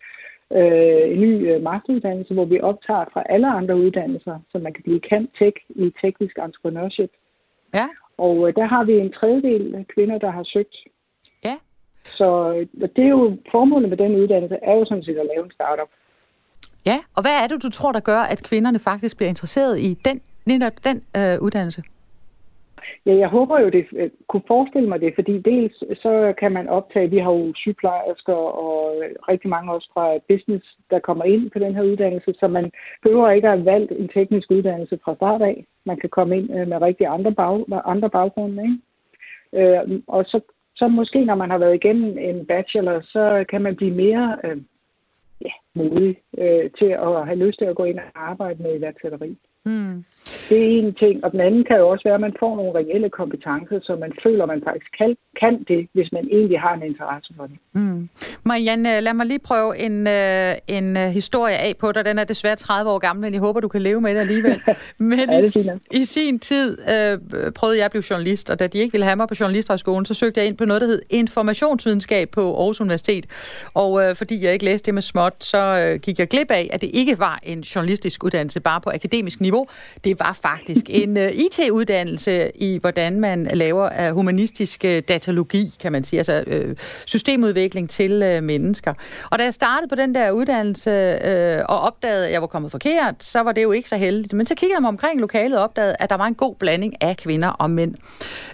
ny masteruddannelse, hvor vi optager fra alle andre uddannelser, så man kan blive cand.tech i teknisk entreprenørship. Ja. Og der har vi en tredjedel af kvinder, der har søgt. Ja. Så det er jo formålet med den uddannelse, er jo sådan set at lave en startup. Ja, og hvad er det, du tror, der gør, at kvinderne faktisk bliver interesseret i den uddannelse? Ja, jeg håber jo, det kunne forestille mig det, fordi dels så kan man optage, vi har jo sygeplejersker og rigtig mange også fra business, der kommer ind på den her uddannelse, så man behøver ikke at have valgt en teknisk uddannelse fra start af. Man kan komme ind med rigtig andre baggrunde, ikke? Og så måske, når man har været igennem en bachelor, så kan man blive mere modig til at have lyst til at gå ind og arbejde med iværksætteri. Mm. Det er en ting, og den anden kan jo også være, at man får nogle reelle kompetencer, så man føler, at man faktisk kan det, hvis man egentlig har en interesse for det. Mm. Marianne, lad mig lige prøve en historie af på dig. Den er desværre 30 år gammel, men jeg håber, du kan leve med det alligevel. Men i sin tid prøvede jeg at blive journalist, og da de ikke ville have mig på Journalisthøjskolen, så søgte jeg ind på noget, der hed informationsvidenskab på Aarhus Universitet. Og fordi jeg ikke læste det med småt, så gik jeg glip af, at det ikke var en journalistisk uddannelse bare på akademisk niveau. Det var faktisk en IT-uddannelse i, hvordan man laver humanistisk datalogi, kan man sige, altså systemudvikling til mennesker. Og da jeg startede på den der uddannelse og opdagede, at jeg var kommet forkert, så var det jo ikke så heldigt. Men så kiggede jeg mig omkring lokalet og opdagede, at der var en god blanding af kvinder og mænd.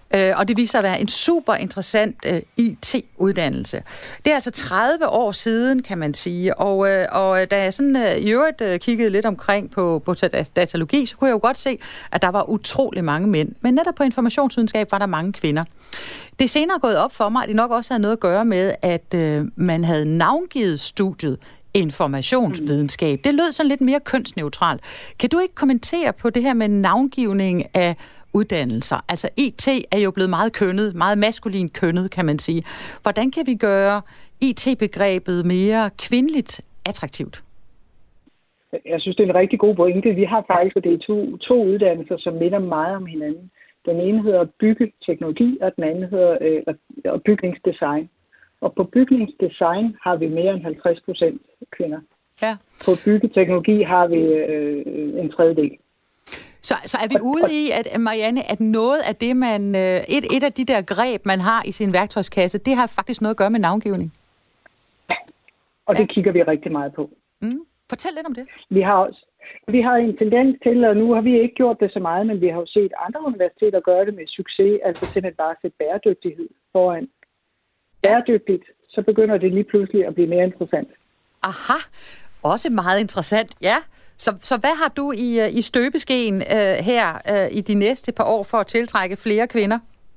Og det viser at være en super interessant IT-uddannelse. Det er altså 30 år siden, kan man sige. Og da jeg sådan i øvrigt kiggede lidt omkring på datalogi, så kunne jeg jo godt se, at der var utrolig mange mænd. Men netop på informationsvidenskab var der mange kvinder. Det er senere gået op for mig, at det nok også havde noget at gøre med, at man havde navngivet studiet informationsvidenskab. Det lød sådan lidt mere kønsneutralt. Kan du ikke kommentere på det her med navngivning af uddannelser? Altså IT er jo blevet meget kønnet, meget maskulin kønnet, kan man sige. Hvordan kan vi gøre IT-begrebet mere kvindeligt attraktivt? Jeg synes, det er en rigtig god pointe. Vi har faktisk på DTU 2 uddannelser, som minder meget om hinanden. Den ene hedder byggeteknologi, og den anden hedder bygningsdesign. Og på bygningsdesign har vi mere end 50% kvinder. Ja. På byggeteknologi har vi en tredjedel. Så er vi ude i, at Marianne, at noget af det, et af de der greb, man har i sin værktøjskasse, det har faktisk noget at gøre med navngivning? Ja, og det kigger vi rigtig meget på. Fortæl lidt om det. Vi har en tendens til, og nu har vi ikke gjort det så meget, men vi har jo set andre universiteter gøre det med succes, altså simpelthen bare sætte bæredygtighed foran. Bæredygtigt, så begynder det lige pludselig at blive mere interessant. Aha, også meget interessant, ja. Så hvad har du i støbeskeen her i de næste par år for at tiltrække flere kvinder?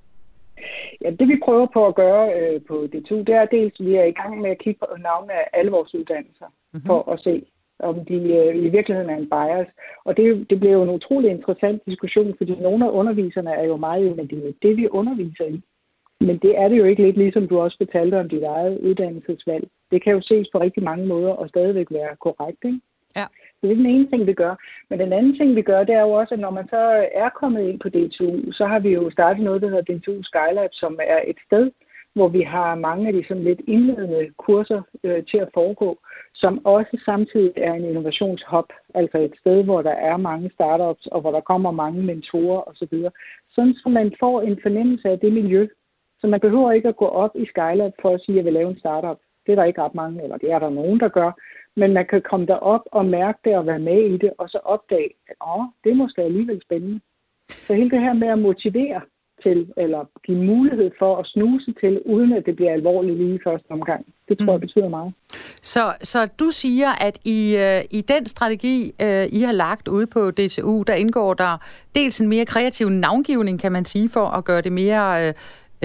Ja, det vi prøver på at gøre på DTU, det er dels, at vi er i gang med at kigge på navnene af alle vores uddannelser, for at se, om de i virkeligheden er en bias. Og det bliver jo en utrolig interessant diskussion, fordi nogle af underviserne er jo meget, men det er det, vi underviser i. Men det er det jo ikke lidt, ligesom du også fortalte om dit eget uddannelsesvalg. Det kan jo ses på rigtig mange måder og stadigvæk være korrekt, ikke? Ja. Det er den ene ting, vi gør. Men den anden ting, vi gør, det er jo også, at når man så er kommet ind på DTU, så har vi jo startet noget, der hedder DTU Skylab, som er et sted, hvor vi har mange af de sådan lidt indledende kurser til at foregå, som også samtidig er en innovationshub, altså et sted, hvor der er mange startups, og hvor der kommer mange mentorer osv. Sådan, så man får en fornemmelse af det miljø. Så man behøver ikke at gå op i Skylab for at sige, at jeg vil lave en startup. Det er der ikke ret mange, eller det er der nogen, der gør. Men man kan komme derop og mærke det og være med i det, og så opdage, at det er måske alligevel spændende. Så hele det her med at motivere til, eller give mulighed for at snuse til, uden at det bliver alvorligt lige i første omgang, det tror jeg betyder meget. Så du siger, at i den strategi, I har lagt ude på DTU, der indgår der dels en mere kreativ navngivning, kan man sige, for at gøre det mere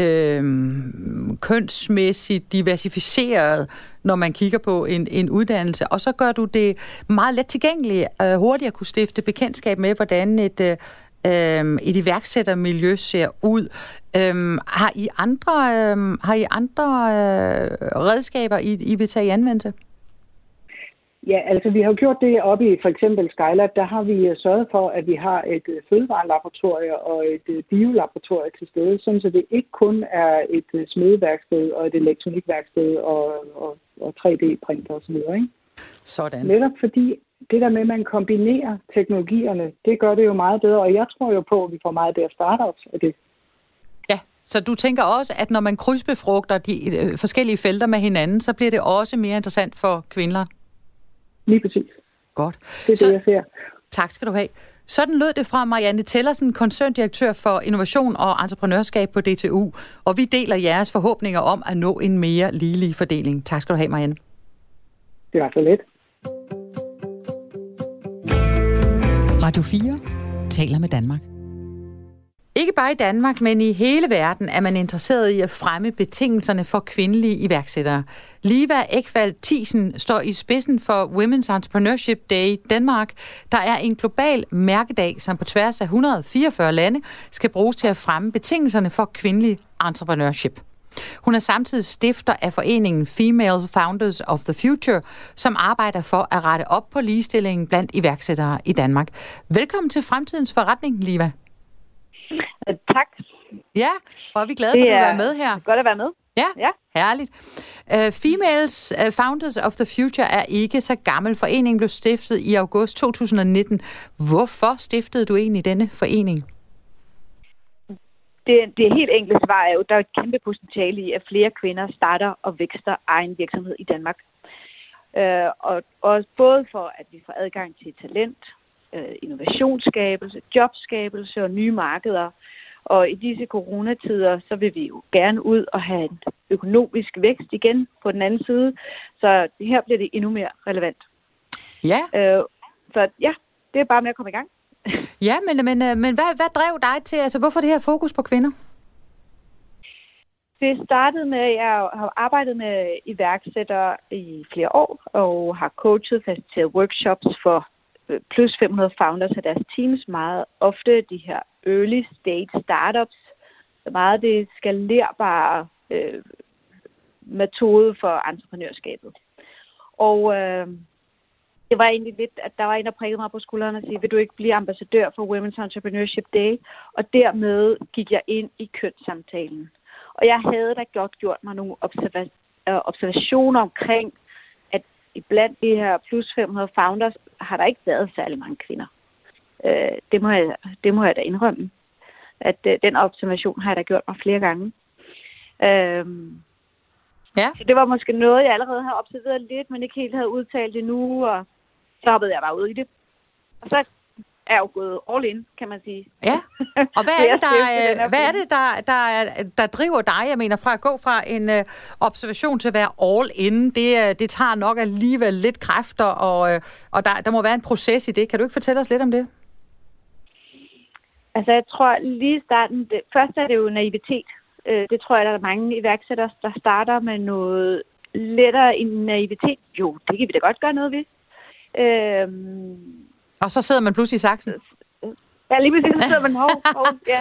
kønsmæssigt diversificeret, når man kigger på en uddannelse. Og så gør du det meget let tilgængeligt, hurtigt at kunne stifte bekendtskab med, hvordan et iværksættermiljø ser ud. Har I andre redskaber, I vil tage i anvendelse? Ja, altså vi har gjort det oppe i for eksempel Skylab. Der har vi sørget for, at vi har et fødevarelaboratorie og et biolaboratorie til stede, sådan så det ikke kun er et smedeværksted og et elektronikværksted og 3D-printer osv. Sådan. Netop fordi det der med, at man kombinerer teknologierne, det gør det jo meget bedre, og jeg tror jo på, at vi får meget bedre startups af det. Ja, så du tænker også, at når man krydsbefrugter de forskellige felter med hinanden, så bliver det også mere interessant for kvinder? Lige præcis. Godt. Det er det, jeg ser. Tak skal du have. Sådan lød det fra Marianne Tellersen, koncerndirektør for innovation og entreprenørskab på DTU, og vi deler jeres forhåbninger om at nå en mere ligelig fordeling. Tak skal du have, Marianne. Det var så let. Radio 4 taler med Danmark. Ikke bare i Danmark, men i hele verden er man interesseret i at fremme betingelserne for kvindelige iværksættere. Liva Ekvald Thiesen står i spidsen for Women's Entrepreneurship Day Danmark, der er en global mærkedag, som på tværs af 144 lande skal bruges til at fremme betingelserne for kvindelig entrepreneurship. Hun er samtidig stifter af foreningen Female Founders of the Future, som arbejder for at rette op på ligestillingen blandt iværksættere i Danmark. Velkommen til Fremtidens Forretning, Liva. Tak. Ja, og er vi glade for, at du er med her. Godt at være med. Ja. Herligt. Females Founders of the Future er ikke så gammel. Foreningen blev stiftet i august 2019. Hvorfor stiftede du egentlig denne forening? Det helt enkle svar er jo, der er et kæmpe potentiale i, at flere kvinder starter og vækster egen virksomhed i Danmark. Og både for, at vi får adgang til talent, innovationsskabelse, jobskabelse og nye markeder, Og i disse coronatider, så vil vi jo gerne ud og have en økonomisk vækst igen på den anden side. Så her bliver det endnu mere relevant. Ja. Så ja, det er bare med at komme i gang. Ja, men hvad drev dig til? Altså, hvorfor det her fokus på kvinder? Det startede med, at jeg har arbejdet med iværksættere i flere år, og har coachet, faciliteret workshops for plus 500 founders af deres teams. Meget ofte de her early stage startups. Meget det skalerbare metode for entreprenørskabet. Og det var egentlig lidt, at der var en, der prikkede mig på skulderen og sagde, vil du ikke blive ambassadør for Women's Entrepreneurship Day? Og dermed gik jeg ind i kønssamtalen. Og jeg havde da godt gjort mig nogle observationer omkring, at iblandt de her plus 500 founders har der ikke været særlig mange kvinder. Det må jeg da indrømme. At den observation har jeg da gjort mig flere gange. Ja. Så det var måske noget, jeg allerede havde observeret lidt, men ikke helt havde udtalt endnu, og så hoppede jeg bare ud i det. Og så er jeg jo gået all in, kan man sige. Ja, og hvad er det, der driver dig? Jeg mener, fra at gå fra en observation til at være all in, det tager nok alligevel lidt kræfter, og der må være en proces i det. Kan du ikke fortælle os lidt om det? Altså, jeg tror lige i starten, først er det jo naivitet. Det tror jeg, der er mange iværksættere, der starter med noget lettere end naivitet. Jo, det kan vi da godt gøre noget ved. Og så sidder man pludselig i saksen. Ja, lige præcis, så sidder man ja.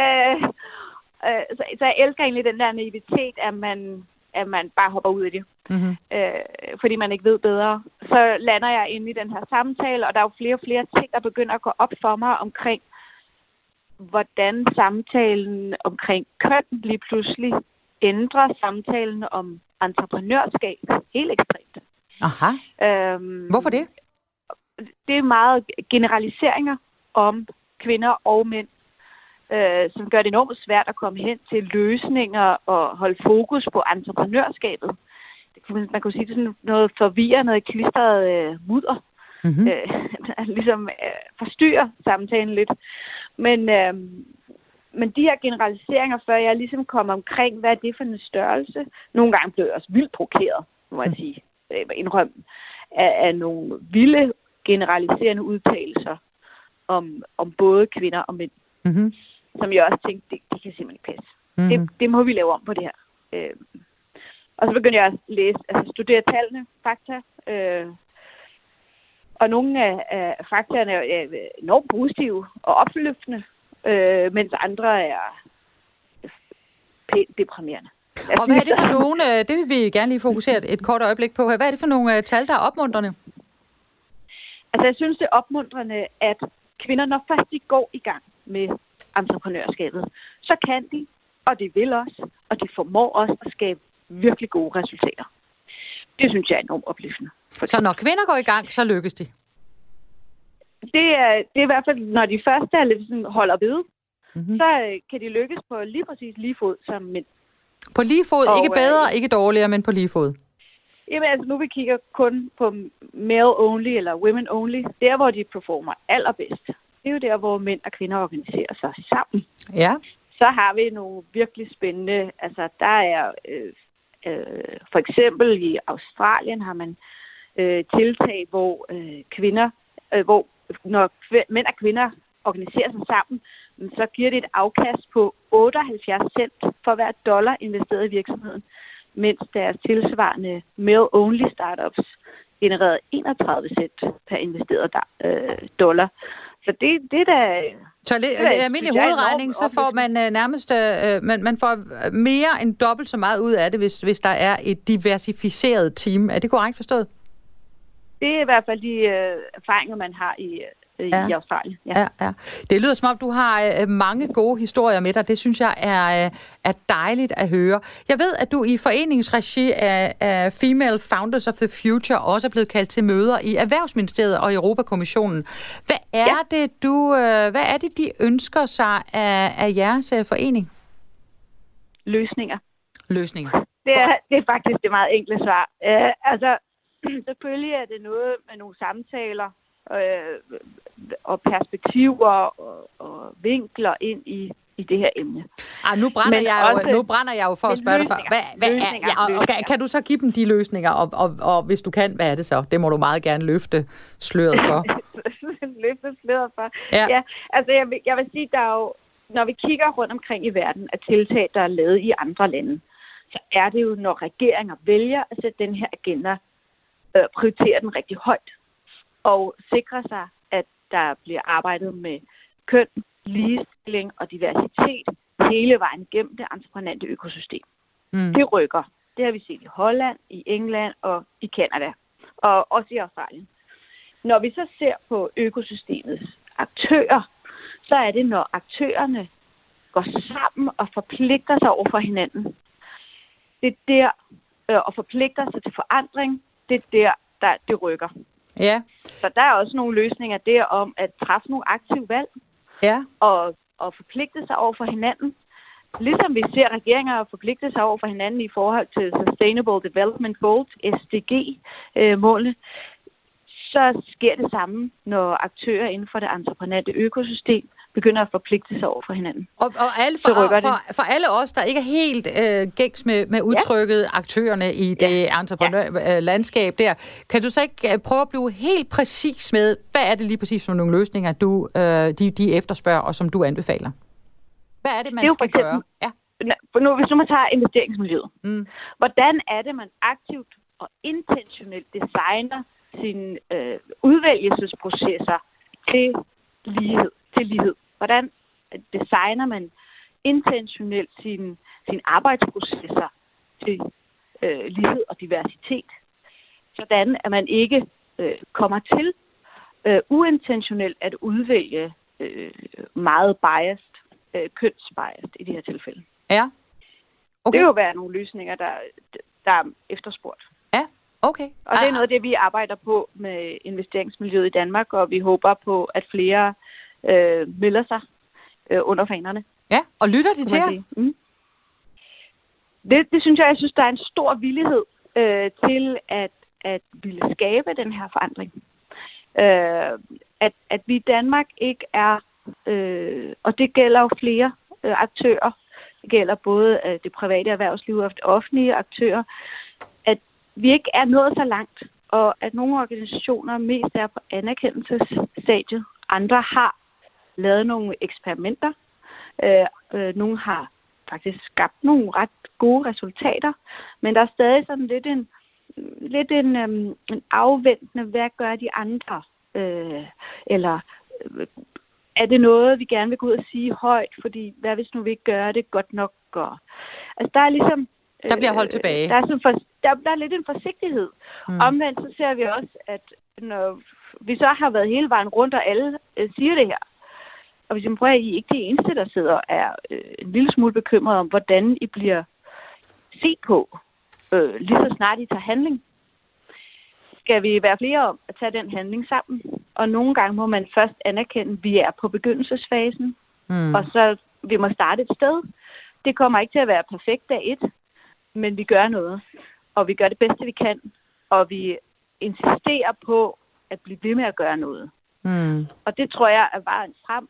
Så jeg elsker egentlig den der naivitet, at man bare hopper ud i det. Mm-hmm. Fordi man ikke ved bedre. Så lander jeg inde i den her samtale, og der er jo flere og flere ting, der begynder at gå op for mig omkring, hvordan samtalen omkring køn lige pludselig ændrer samtalen om entreprenørskab helt ekstremt. Aha. Hvorfor det? Det er meget generaliseringer om kvinder og mænd, som gør det enormt svært at komme hen til løsninger og holde fokus på entreprenørskabet. Man kunne sige, det er sådan noget forvirrende, noget klistret mudder. Mm-hmm. Ligesom forstyrrer samtalen lidt. Men de her generaliseringer, før jeg ligesom kommer omkring, hvad er det for en størrelse? Nogle gange blev jeg også vildt provokeret, må jeg sige, indrømme, af nogle vilde generaliserende udtalelser om både kvinder og mænd. Mm-hmm. Som jeg også tænkte, det kan simpelthen ikke passe. Mm-hmm. Det må vi lave om på det her. Og så begyndte jeg at studere tallene, fakta. Og nogle af faktorerne er enormt positive og opløftende, mens andre er pænt deprimerende. Og hvad er det for nogle, det vil vi gerne lige fokusere et kort øjeblik på her, hvad er det for nogle tal, der er opmuntrende? Altså jeg synes, det er opmuntrende, at kvinder, når først de går i gang med entreprenørskabet, så kan de, og de vil også, og de formår også at skabe virkelig gode resultater. Det synes jeg er enormt opløftende. Så når kvinder går i gang, så lykkes de? Det er i hvert fald, når de første er lidt sådan holder ved, mm-hmm. så kan de lykkes på lige præcis lige fod som mænd. På lige fod? Og, ikke bedre, ikke dårligere, men på lige fod? Jamen altså, nu vi kigger kun på male only eller women only. Der, hvor de performer allerbedst, det er jo der, hvor mænd og kvinder organiserer sig sammen. Ja. Så har vi nogle virkelig spændende, altså der er for eksempel i Australien har man tiltag, hvor kvinder, hvor når mænd og kvinder organiserer sig sammen, så giver det et afkast på 78 cent for hver dollar investeret i virksomheden, mens deres tilsvarende male-only startups genererede 31 cent per investeret dollar. Så det er da... Så almindelig hovedregning, så får man nærmest man får mere end dobbelt så meget ud af det, hvis der er et diversificeret team. Er det korrekt forstået? Det er i hvert fald de erfaringer, man har i Australien. Ja. Det lyder som om, du har mange gode historier med dig. Det synes jeg er dejligt at høre. Jeg ved, at du i foreningsregi af Female Founders of the Future også er blevet kaldt til møder i Erhvervsministeriet og Europakommissionen. Hvad er det, de ønsker sig af jeres forening? Løsninger. Det er faktisk det meget enkle svar. Selvfølgelig er det noget med nogle samtaler og perspektiver og vinkler ind i i det her emne. Nu brænder jeg jo for at spørge dig for. Kan du så give dem de løsninger, og hvis du kan, hvad er det så? Det må du meget gerne løfte sløret for. Løfte sløret for? Ja, altså jeg vil sige, der er jo, når vi kigger rundt omkring i verden af tiltag, der er lavet i andre lande, så er det jo, når regeringer vælger at sætte den her agenda, prioritere den rigtig højt, og sikre sig, at der bliver arbejdet med køn, ligestilling og diversitet hele vejen igennem det entreprenante økosystem. Det rykker. Det har vi set i Holland, i England og i Canada, og også i Australien. Når vi så ser på økosystemets aktører, så er det, når aktørerne går sammen og forpligter sig over for hinanden. Det er der, og forpligter sig til forandring, det er der det rykker. Ja. Så der er også nogle løsninger der om at træffe nogle aktive valg, og forpligte sig over for hinanden. Ligesom vi ser regeringer forpligte sig over for hinanden i forhold til Sustainable Development Goals, SDG-målene, så sker det samme, når aktører inden for det entreprenante økosystem begynder at forpligte sig over for hinanden. Og for alle os, der ikke er helt gængs med udtrykket aktørerne i det entreprenørlandskab der, kan du så ikke prøve at blive helt præcis med, hvad er det lige præcis for nogle løsninger, de efterspørger, og som du anbefaler? Hvad er det, man skal gøre? Ja. Hvis nu man tager investeringsmiljøet. Hvordan er det, man aktivt og intentionelt designer sine udvælgelsesprocesser til lighed? Hvordan designer man intentionelt sine arbejdsprocesser til lighed og diversitet? Sådan at man ikke kommer til uintentionelt at udvælge meget biased, kønsbiased i de her tilfælde. Ja. Okay. Det vil jo være nogle løsninger, der er efterspurgt. Ja, okay. Og det er noget af det, vi arbejder på med investeringsmiljøet i Danmark, og vi håber på, at flere melder sig under fanerne. Ja, og lytter de til jer? Det synes jeg synes, der er en stor villighed til at ville skabe den her forandring. At vi i Danmark ikke er, og det gælder jo flere aktører, det gælder både det private erhvervsliv og offentlige aktører, at vi ikke er nået så langt, og at nogle organisationer mest er på anerkendelsesstadiet. Andre har lavet nogle eksperimenter. Nogle har faktisk skabt nogle ret gode resultater, men der er stadig sådan lidt en afventende, hvad gør de andre? Eller er det noget, vi gerne vil gå ud og sige højt, fordi hvad hvis nu vi ikke gør det godt nok? Altså der er ligesom... Der bliver holdt tilbage. Der er lidt en forsigtighed. Omvendt så ser vi også, at når vi så har været hele vejen rundt, og alle siger det her, og hvis I prøver, at I ikke de eneste, der sidder, er en lille smule bekymret om, hvordan I bliver set på, lige så snart I tager handling. Skal vi være flere om at tage den handling sammen? Og nogle gange må man først anerkende, at vi er på begyndelsesfasen, og så vi må starte et sted. Det kommer ikke til at være perfekt dag 1, men vi gør noget, og vi gør det bedste, vi kan, og vi insisterer på at blive ved med at gøre noget. Og det tror jeg er vejen frem.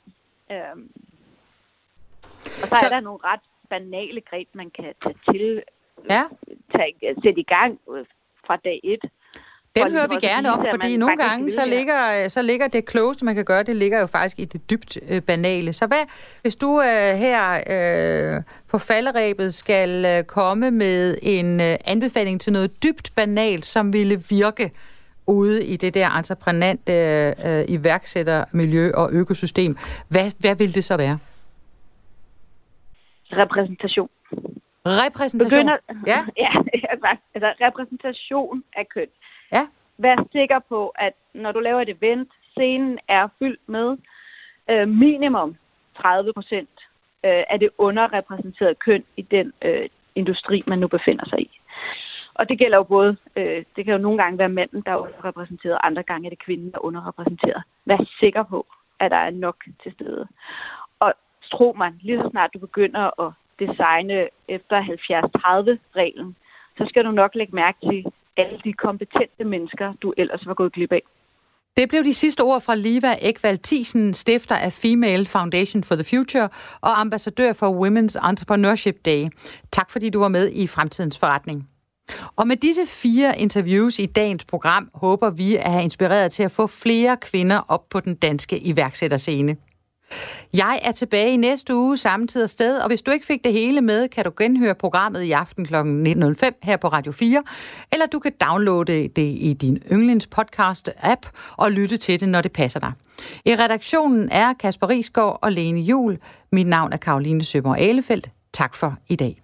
Og så er der nogle ret banale greb, man kan tage til, sætte i gang fra dag 1. Den hører vi gerne om, fordi nogle gange så ligger det klogeste, man kan gøre, det ligger jo faktisk i det dybt banale. Så hvad, hvis du her på falderebet skal komme med en anbefaling til noget dybt banalt, som ville virke ude i det der entreprenante iværksættermiljø og økosystem, hvad vil det så være? Repræsentation. Repræsentation? Ja, altså repræsentation af køn. Ja. Vær sikker på, at når du laver et event, scenen er fyldt med minimum 30% af det underrepræsenterede køn i den industri, man nu befinder sig i. Og det gælder jo både, det kan jo nogle gange være manden, der er underrepræsenteret, andre gange er det kvinden, der er underrepræsenteret. Vær sikker på, at der er nok til stede. Og tro mig, lige så snart du begynder at designe efter 70-30-reglen, så skal du nok lægge mærke til alle de kompetente mennesker, du ellers var gået glip af. Det blev de sidste ord fra Liva Ekvald Thiesen, stifter af Female Foundation for Liva Ekvald Thiesen, stifter af Female Foundation for the Future og ambassadør for Women's Entrepreneurship Day. Tak fordi du var med i Fremtidens Forretning. Og med disse 4 interviews i dagens program håber vi at have inspireret til at få flere kvinder op på den danske iværksætterscene. Jeg er tilbage i næste uge, samme tid og sted, og hvis du ikke fik det hele med, kan du genhøre programmet i aften kl. 19.05 her på Radio 4, eller du kan downloade det i din yndlingspodcast-app og lytte til det, når det passer dig. I redaktionen er Kasper Risgaard og Lene Juhl. Mit navn er Caroline Søborg Ahlefeldt. Tak for i dag.